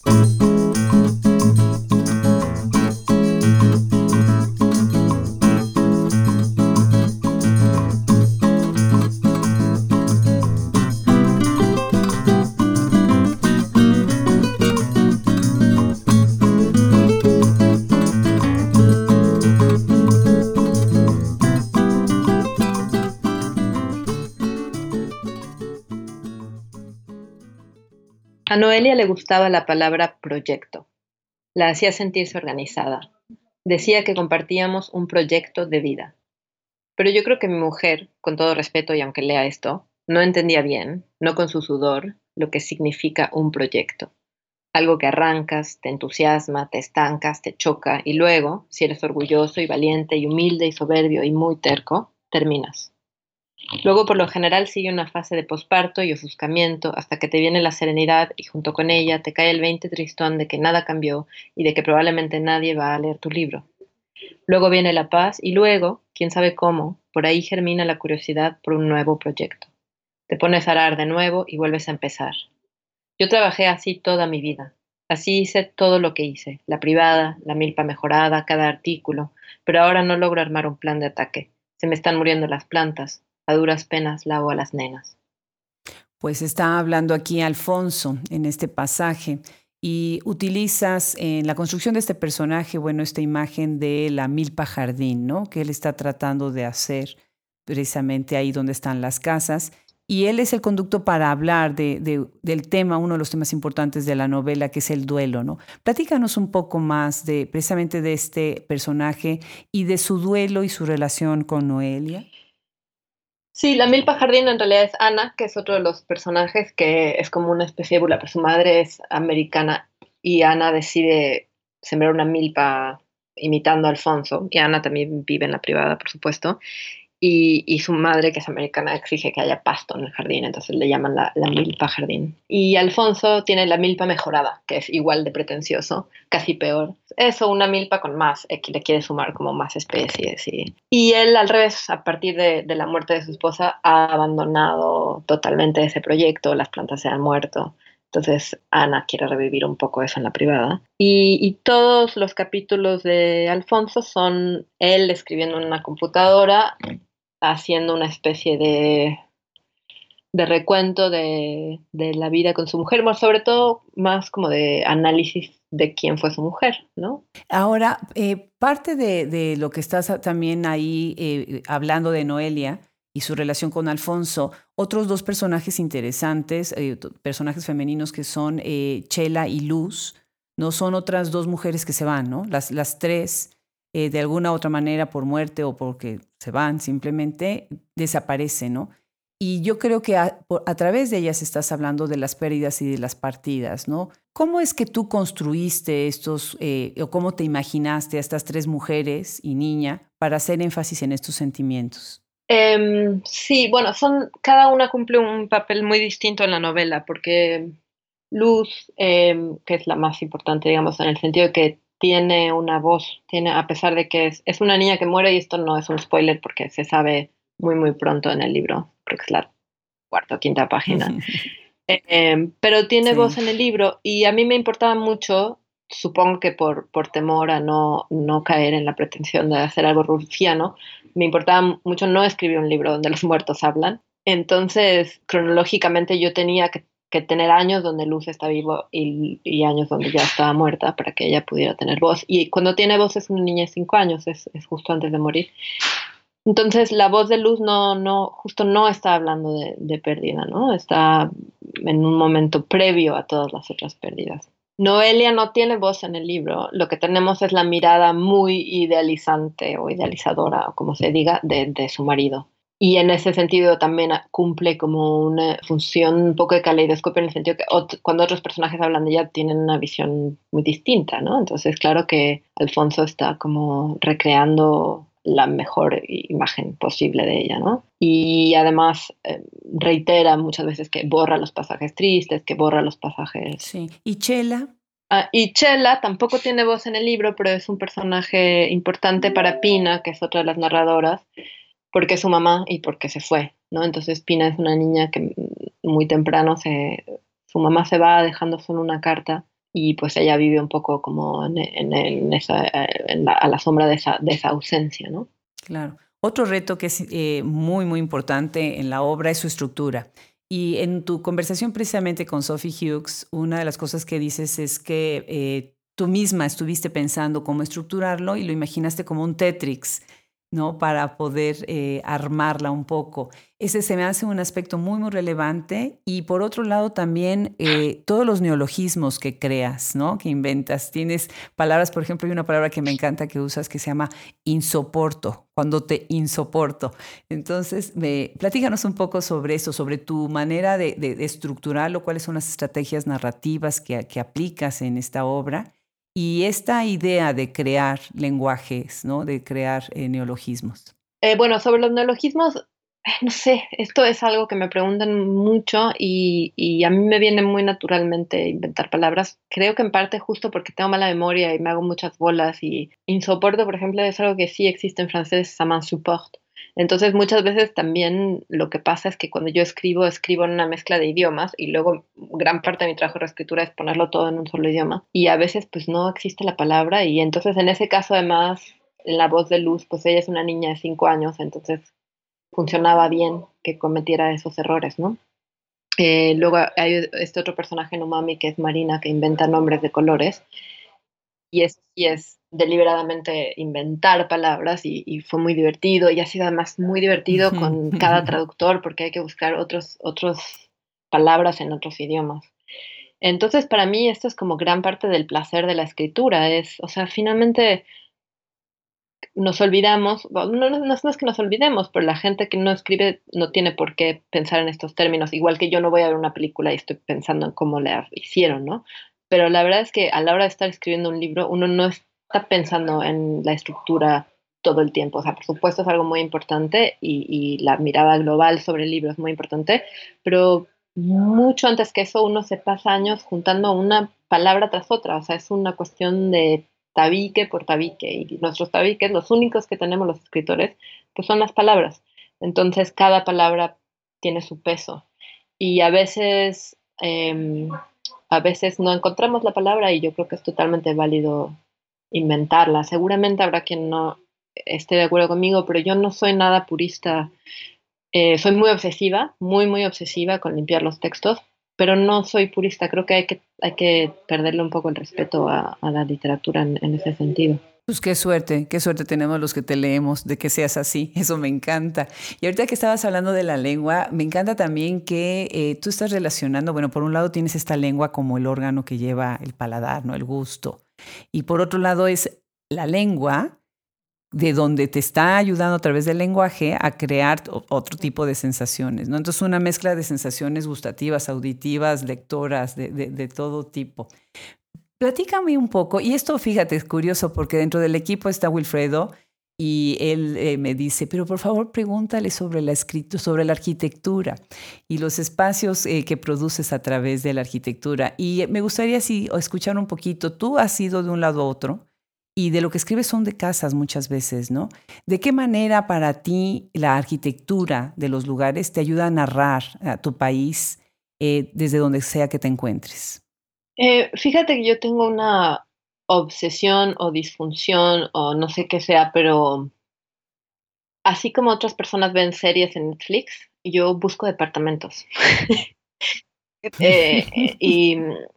A Noelia le gustaba la palabra proyecto. La hacía sentirse organizada. Decía que compartíamos un proyecto de vida. Pero yo creo que mi mujer, con todo respeto y aunque lea esto, no entendía bien, no con su sudor, lo que significa un proyecto. Algo que arrancas, te entusiasma, te estancas, te choca y luego, si eres orgulloso y valiente y humilde y soberbio y muy terco, terminas. Luego, por lo general, sigue una fase de posparto y ofuscamiento hasta que te viene la serenidad y junto con ella te cae el 20 tristón de que nada cambió y de que probablemente nadie va a leer tu libro. Luego viene la paz y luego, quién sabe cómo, por ahí germina la curiosidad por un nuevo proyecto. Te pones a arar de nuevo y vuelves a empezar. Yo trabajé así toda mi vida. Así hice todo lo que hice, la privada, la milpa mejorada, cada artículo, pero ahora no logro armar un plan de ataque. Se me están muriendo las plantas. A duras penas lavo a las nenas. Pues está hablando aquí Alfonso en este pasaje y utilizas en la construcción de este personaje, bueno, esta imagen de la milpa jardín, ¿no? Que él está tratando de hacer precisamente ahí donde están las casas. Y él es el conducto para hablar del tema, uno de los temas importantes de la novela, que es el duelo, ¿no? Platícanos un poco más precisamente de este personaje y de su duelo y su relación con Noelia. Sí, la milpa jardín en realidad es Ana, que es otro de los personajes que es como una especie de bula, pero su madre es americana y Ana decide sembrar una milpa imitando a Alfonso, y Ana también vive en la privada, por supuesto, y su madre, que es americana, exige que haya pasto en el jardín, entonces le llaman la milpa jardín. Y Alfonso tiene la milpa mejorada, que es igual de pretencioso, casi peor. Eso, una milpa con más, que le quiere sumar como más especies. Y él, al revés, a partir de la muerte de su esposa, ha abandonado totalmente ese proyecto, las plantas se han muerto. Entonces Ana quiere revivir un poco eso en la privada. Y todos los capítulos de Alfonso son él escribiendo en una computadora, haciendo una especie de recuento de la vida con su mujer, sobre todo más como de análisis de quién fue su mujer, ¿no? Ahora, parte de lo que estás también ahí hablando de Noelia y su relación con Alfonso, otros dos personajes interesantes, personajes femeninos que son Chela y Luz, ¿no? Son otras dos mujeres que se van, ¿no? Las tres, de alguna u otra manera, por muerte o porque se van, simplemente desaparecen, ¿no? Y yo creo que a través de ellas estás hablando de las pérdidas y de las partidas, ¿no? ¿Cómo es que tú construiste o cómo te imaginaste a estas tres mujeres y niña para hacer énfasis en estos sentimientos? Sí, bueno, cada una cumple un papel muy distinto en la novela, porque Luz, que es la más importante, digamos, en el sentido de que tiene una voz, a pesar de que es una niña que muere, y esto no es un spoiler porque se sabe muy, muy pronto en el libro, creo que es la cuarta o quinta página. Pero tiene voz Sí, en el libro y a mí me importaba mucho, supongo que por temor a no caer en la pretensión de hacer algo rufiano, me importaba mucho no escribir un libro donde los muertos hablan. Entonces, cronológicamente yo tenía que tener años donde Luz está vivo y años donde ya estaba muerta para que ella pudiera tener voz. Y cuando tiene voz es una niña de 5 años, es justo antes de morir. Entonces, la voz de Luz justo no está hablando de pérdida, ¿no? Está en un momento previo a todas las otras pérdidas. Noelia no tiene voz en el libro, lo que tenemos es la mirada muy idealizante o idealizadora, o como se diga, de su marido. Y en ese sentido también cumple como una función un poco de caleidoscopio en el sentido que cuando otros personajes hablan de ella tienen una visión muy distinta, ¿no? Entonces, claro que Alfonso está como recreando la mejor imagen posible de ella, ¿no? Y además reitera muchas veces que borra los pasajes tristes, que borra los pasajes. sí. ¿Y Chela? Y Chela tampoco tiene voz en el libro, pero es un personaje importante para Pina, que es otra de las narradoras, porque es su mamá y porque se fue, ¿no? Entonces Pina es una niña que muy temprano su mamá se va dejando solo una carta y pues ella vive un poco como a la sombra de esa ausencia, ¿no? Claro. Otro reto que es muy, muy importante en la obra es su estructura. Y en tu conversación precisamente con Sophie Hughes, una de las cosas que dices es que tú misma estuviste pensando cómo estructurarlo y lo imaginaste como un Tetris, ¿no? Para poder armarla un poco. Ese se me hace un aspecto muy, muy relevante. Y por otro lado también todos los neologismos que creas, ¿no? Que inventas. Tienes palabras, por ejemplo, hay una palabra que me encanta que usas que se llama insoporto, cuando te insoporto. Entonces, platícanos un poco sobre eso, sobre tu manera de estructurarlo, cuáles son las estrategias narrativas que aplicas en esta obra y esta idea de crear lenguajes, ¿no? De crear neologismos. Bueno, sobre los neologismos, no sé, esto es algo que me preguntan mucho y a mí me viene muy naturalmente inventar palabras. Creo que en parte justo porque tengo mala memoria y me hago muchas bolas y insoporto, por ejemplo, es algo que sí existe en francés, se llama support. Entonces muchas veces también lo que pasa es que cuando yo escribo en una mezcla de idiomas y luego gran parte de mi trabajo de escritura es ponerlo todo en un solo idioma y a veces pues no existe la palabra y entonces en ese caso además en la voz de Luz pues ella es una niña de 5 años, entonces funcionaba bien que cometiera esos errores, ¿no? Luego hay este otro personaje en Umami que es Marina, que inventa nombres de colores, y eso sí es deliberadamente inventar palabras y fue muy divertido, y ha sido además muy divertido con cada traductor porque hay que buscar otros palabras en otros idiomas. Entonces, para mí esto es como gran parte del placer de la escritura, o sea, finalmente nos olvidamos, no es que nos olvidemos, pero la gente que no escribe no tiene por qué pensar en estos términos, igual que yo no voy a ver una película y estoy pensando en cómo la hicieron, ¿no? Pero la verdad es que a la hora de estar escribiendo un libro, uno no está pensando en la estructura todo el tiempo. O sea, por supuesto es algo muy importante y la mirada global sobre el libro es muy importante, pero mucho antes que eso uno se pasa años juntando una palabra tras otra. O sea, es una cuestión de tabique por tabique y nuestros tabiques, los únicos que tenemos los escritores, pues son las palabras. Entonces cada palabra tiene su peso y a veces no encontramos la palabra y yo creo que es totalmente válido inventarla. Seguramente habrá quien no esté de acuerdo conmigo, pero yo no soy nada purista. Soy muy obsesiva, muy, muy obsesiva con limpiar los textos, pero no soy purista. Creo que hay que perderle un poco el respeto a la literatura en ese sentido. Pues qué suerte tenemos los que te leemos de que seas así, eso me encanta. Y ahorita que estabas hablando de la lengua, me encanta también que tú estás relacionando, bueno, por un lado tienes esta lengua como el órgano que lleva el paladar, ¿no? El gusto. Y por otro lado es la lengua de donde te está ayudando a través del lenguaje a crear otro tipo de sensaciones, ¿no? Entonces una mezcla de sensaciones gustativas, auditivas, lectoras, de todo tipo. Platícame un poco, y esto fíjate, es curioso porque dentro del equipo está Wilfredo y él me dice, pero por favor pregúntale sobre sobre la arquitectura y los espacios que produces a través de la arquitectura. Y me gustaría escuchar un poquito, tú has ido de un lado a otro y de lo que escribes son de casas muchas veces, ¿no? ¿De qué manera para ti la arquitectura de los lugares te ayuda a narrar a tu país desde donde sea que te encuentres? Fíjate que yo tengo una obsesión o disfunción o no sé qué sea, pero así como otras personas ven series en Netflix, yo busco departamentos. Y,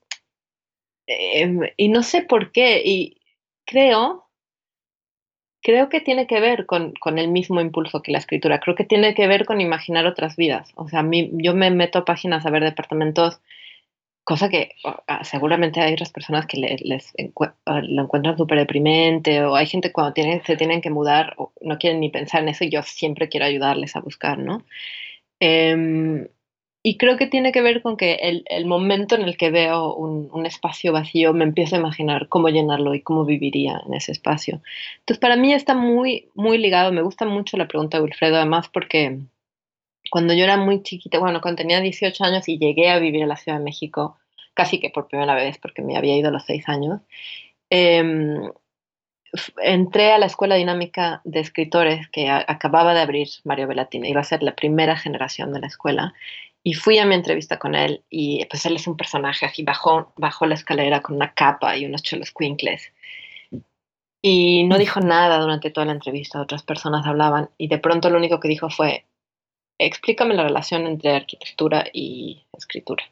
y no sé por qué, y creo creo que tiene que ver con el mismo impulso que la escritura. Creo que tiene que ver con imaginar otras vidas. O sea, a mí yo me meto a páginas a ver departamentos, cosa que, seguramente hay otras personas que lo encuentran súper deprimente, o hay gente cuando se tienen que mudar, o no quieren ni pensar en eso, y yo siempre quiero ayudarles a buscar, ¿no? Em, y creo que tiene que ver con que el momento en el que veo un espacio vacío, me empiezo a imaginar cómo llenarlo y cómo viviría en ese espacio. Entonces, para mí está muy, muy ligado. Me gusta mucho la pregunta de Wilfredo, además, porque cuando yo era muy chiquita, bueno, cuando tenía 18 años y llegué a vivir en la Ciudad de México, casi que por primera vez, porque me había ido a los 6 años, em, entré a la Escuela Dinámica de Escritores que acababa de abrir Mario Belatini. Iba a ser la primera generación de la escuela. Y fui a mi entrevista con él y pues él es un personaje así, bajó la escalera con una capa y unos chelos quincles. Y no dijo nada durante toda la entrevista, otras personas hablaban y de pronto lo único que dijo fue, explícame la relación entre arquitectura y escritura.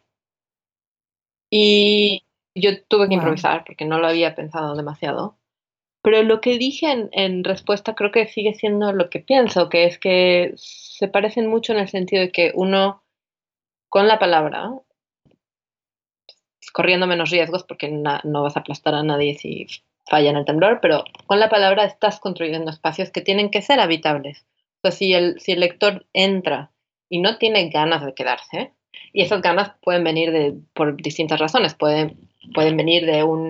Y yo tuve que Wow. improvisar porque no lo había pensado demasiado. Pero lo que dije en respuesta creo que sigue siendo lo que pienso, que es que se parecen mucho en el sentido de que uno con la palabra, corriendo menos riesgos porque no vas a aplastar a nadie si falla en el temblor, pero con la palabra estás construyendo espacios que tienen que ser habitables. O sea, si el lector entra y no tiene ganas de quedarse, y esas ganas pueden venir por distintas razones, pueden venir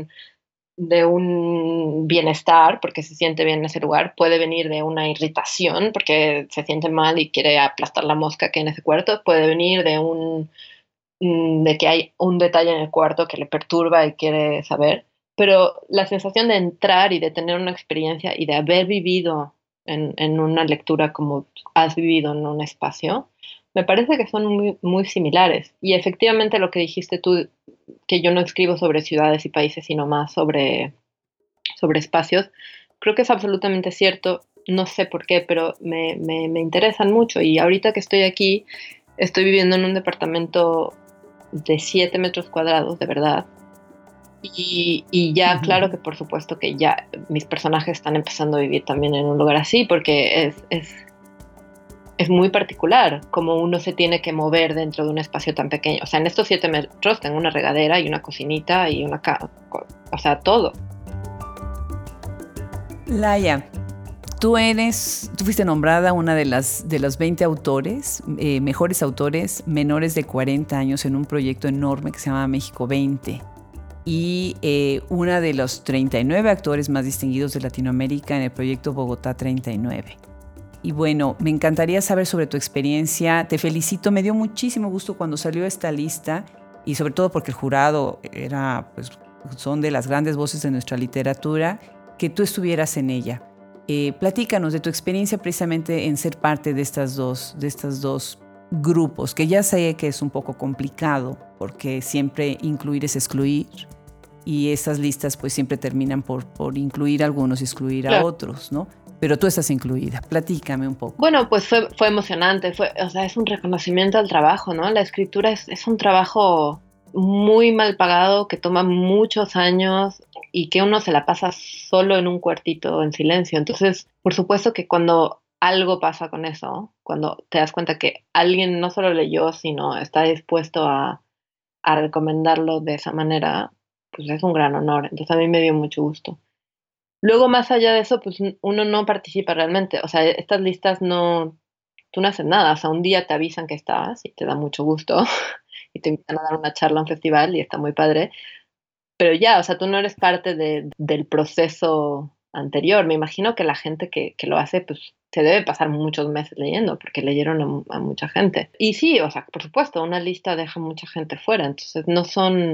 de un bienestar, porque se siente bien en ese lugar, puede venir de una irritación, porque se siente mal y quiere aplastar la mosca que hay en ese cuarto, puede venir de que hay un detalle en el cuarto que le perturba y quiere saber, pero la sensación de entrar y de tener una experiencia y de haber vivido en una lectura como has vivido en un espacio, me parece que son muy, muy similares. Y efectivamente lo que dijiste tú, que yo no escribo sobre ciudades y países, sino más sobre espacios, creo que es absolutamente cierto. No sé por qué, pero me interesan mucho. Y ahorita que estoy aquí, estoy viviendo en un departamento de 7 metros cuadrados, de verdad. Y ya, claro que por supuesto que ya mis personajes están empezando a vivir también en un lugar así, porque es muy particular cómo uno se tiene que mover dentro de un espacio tan pequeño. O sea, en estos 7 metros tengo una regadera y una cocinita y o sea, todo. Laia, tú fuiste nombrada una de los 20 autores, mejores autores menores de 40 años en un proyecto enorme que se llama México 20 y una de los 39 actores más distinguidos de Latinoamérica en el proyecto Bogotá 39. Y bueno, me encantaría saber sobre tu experiencia. Te felicito, me dio muchísimo gusto cuando salió esta lista y sobre todo porque el jurado son de las grandes voces de nuestra literatura, que tú estuvieras en ella. Platícanos de tu experiencia precisamente en ser parte de estos dos grupos, que ya sé que es un poco complicado porque siempre incluir es excluir y estas listas pues siempre terminan por incluir a algunos y excluir a Claro. otros, ¿no? Pero tú estás incluida. Platícame un poco. Bueno, pues fue emocionante, o sea, es un reconocimiento al trabajo, ¿no? La escritura es un trabajo muy mal pagado, que toma muchos años y que uno se la pasa solo en un cuartito en silencio. Entonces, por supuesto que cuando algo pasa con eso, cuando te das cuenta que alguien no solo leyó, sino está dispuesto a recomendarlo de esa manera, pues es un gran honor. Entonces a mí me dio mucho gusto. Luego, más allá de eso, pues uno no participa realmente. O sea, estas listas tú no haces nada. O sea, un día te avisan que estás y te da mucho gusto y te invitan a dar una charla a un festival y está muy padre. Pero ya, o sea, tú no eres parte del proceso anterior. Me imagino que la gente que lo hace, pues se debe pasar muchos meses leyendo porque leyeron a mucha gente. Y sí, o sea, por supuesto, una lista deja mucha gente fuera. Entonces, no son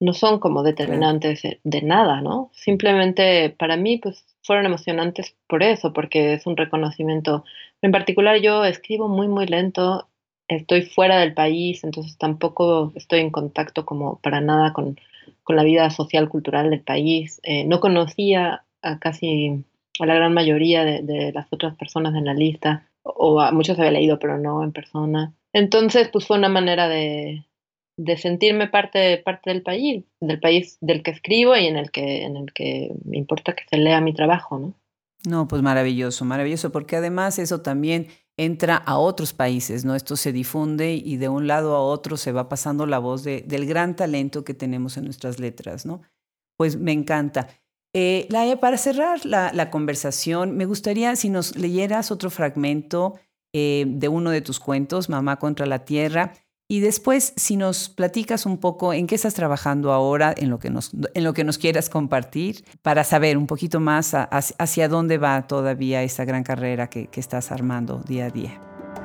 no son como determinantes de nada, ¿no? Simplemente para mí pues fueron emocionantes por eso, porque es un reconocimiento. En particular yo escribo muy, muy lento, estoy fuera del país, entonces tampoco estoy en contacto como para nada con la vida social, cultural del país. No conocía a la gran mayoría de las otras personas en la lista, o a muchos había leído, pero no en persona. Entonces, pues fue una manera de sentirme parte del país del que escribo y en el que me importa que se lea mi trabajo, ¿no? No, pues maravilloso, maravilloso, porque además eso también entra a otros países, ¿no? Esto se difunde y de un lado a otro se va pasando la voz del gran talento que tenemos en nuestras letras, ¿no? Pues me encanta. Laia, para cerrar la conversación, me gustaría si nos leyeras otro fragmento de uno de tus cuentos, Mamá contra la Tierra, y después si nos platicas un poco en qué estás trabajando ahora, en lo que nos quieras compartir, para saber un poquito más hacia dónde va todavía esa gran carrera que estás armando día a día.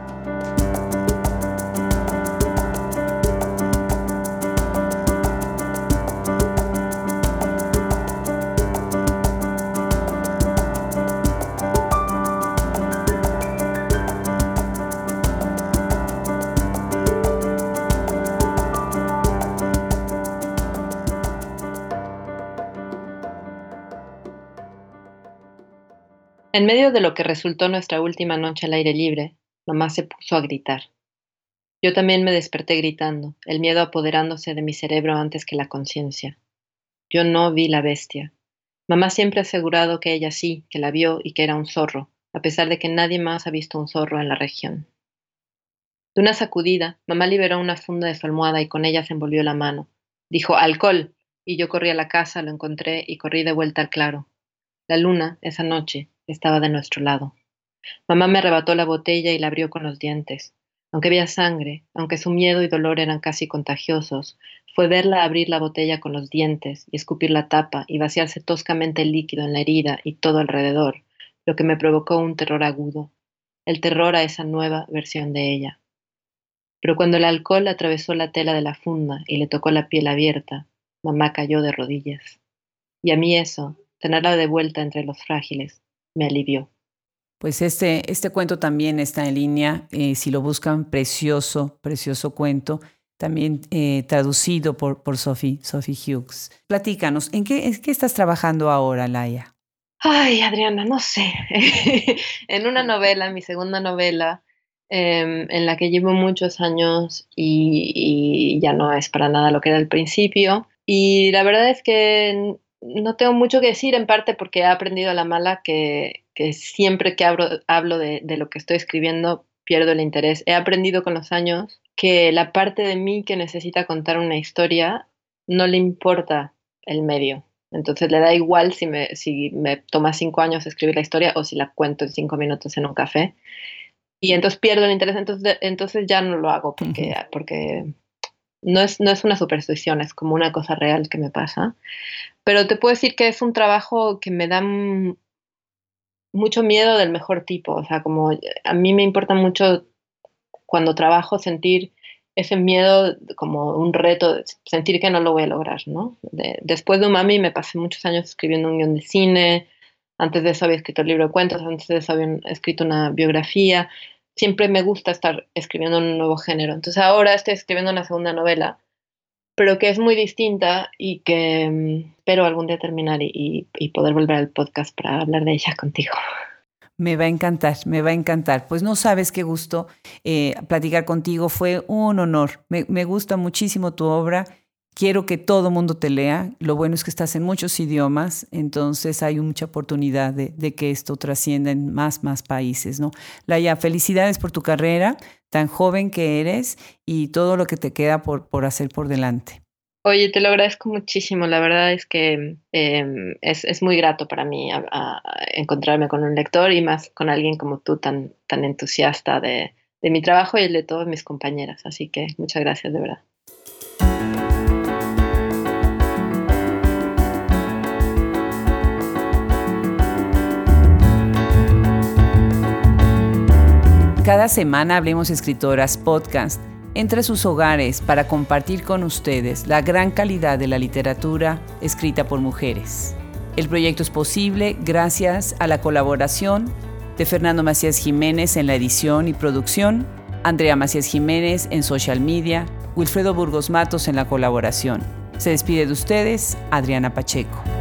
En medio de lo que resultó nuestra última noche al aire libre, mamá se puso a gritar. Yo también me desperté gritando, el miedo apoderándose de mi cerebro antes que la conciencia. Yo no vi la bestia. Mamá siempre ha asegurado que ella sí, que la vio y que era un zorro, a pesar de que nadie más ha visto un zorro en la región. De una sacudida, mamá liberó una funda de su almohada y con ella se envolvió la mano. Dijo, ¡alcohol! Y yo corrí a la casa, lo encontré y corrí de vuelta al claro. La luna, esa noche, estaba de nuestro lado. Mamá me arrebató la botella y la abrió con los dientes. Aunque había sangre, aunque su miedo y dolor eran casi contagiosos, fue verla abrir la botella con los dientes y escupir la tapa y vaciarse toscamente el líquido en la herida y todo alrededor, lo que me provocó un terror agudo, el terror a esa nueva versión de ella. Pero cuando el alcohol atravesó la tela de la funda y le tocó la piel abierta, mamá cayó de rodillas. Y a mí eso, tenerla de vuelta entre los frágiles, me alivió. Pues este cuento también está en línea, si lo buscan, precioso, precioso cuento, también traducido por Sophie Hughes. Platícanos, ¿en qué estás trabajando ahora, Laia? Ay, Adriana, no sé. En una novela, mi segunda novela, en la que llevo muchos años y ya no es para nada lo que era al principio. Y la verdad es que no tengo mucho que decir, en parte porque he aprendido a la mala que siempre que hablo de lo que estoy escribiendo pierdo el interés. He aprendido con los años que la parte de mí que necesita contar una historia no le importa el medio. Entonces le da igual si me toma 5 años escribir la historia o si la cuento en 5 minutos en un café. Y entonces pierdo el interés, entonces ya no lo hago porque no es una superstición, es como una cosa real que me pasa. Pero te puedo decir que es un trabajo que me da mucho miedo del mejor tipo. O sea, como a mí me importa mucho cuando trabajo sentir ese miedo como un reto, sentir que no lo voy a lograr, ¿no? Después de Umami me pasé muchos años escribiendo un guión de cine, antes de eso había escrito el libro de cuentos, antes de eso había escrito una biografía. Siempre me gusta estar escribiendo un nuevo género. Entonces ahora estoy escribiendo una segunda novela, pero que es muy distinta y que espero algún día terminar y poder volver al podcast para hablar de ella contigo. Me va a encantar, me va a encantar. Pues no sabes qué gusto platicar contigo, fue un honor. Me gusta muchísimo tu obra, quiero que todo mundo te lea. Lo bueno es que estás en muchos idiomas, entonces hay mucha oportunidad de que esto trascienda en más países, ¿no? Laia, felicidades por tu carrera, tan joven que eres y todo lo que te queda por hacer por delante. Oye, te lo agradezco muchísimo. La verdad es que es muy grato para mí a encontrarme con un lector y más con alguien como tú tan entusiasta de mi trabajo y el de todas mis compañeras. Así que muchas gracias, de verdad. Cada semana Hablemos Escritoras Podcast entre sus hogares para compartir con ustedes la gran calidad de la literatura escrita por mujeres. El proyecto es posible gracias a la colaboración de Fernando Macías Jiménez en la edición y producción, Andrea Macías Jiménez en social media, Wilfredo Burgos Matos en la colaboración. Se despide de ustedes, Adriana Pacheco.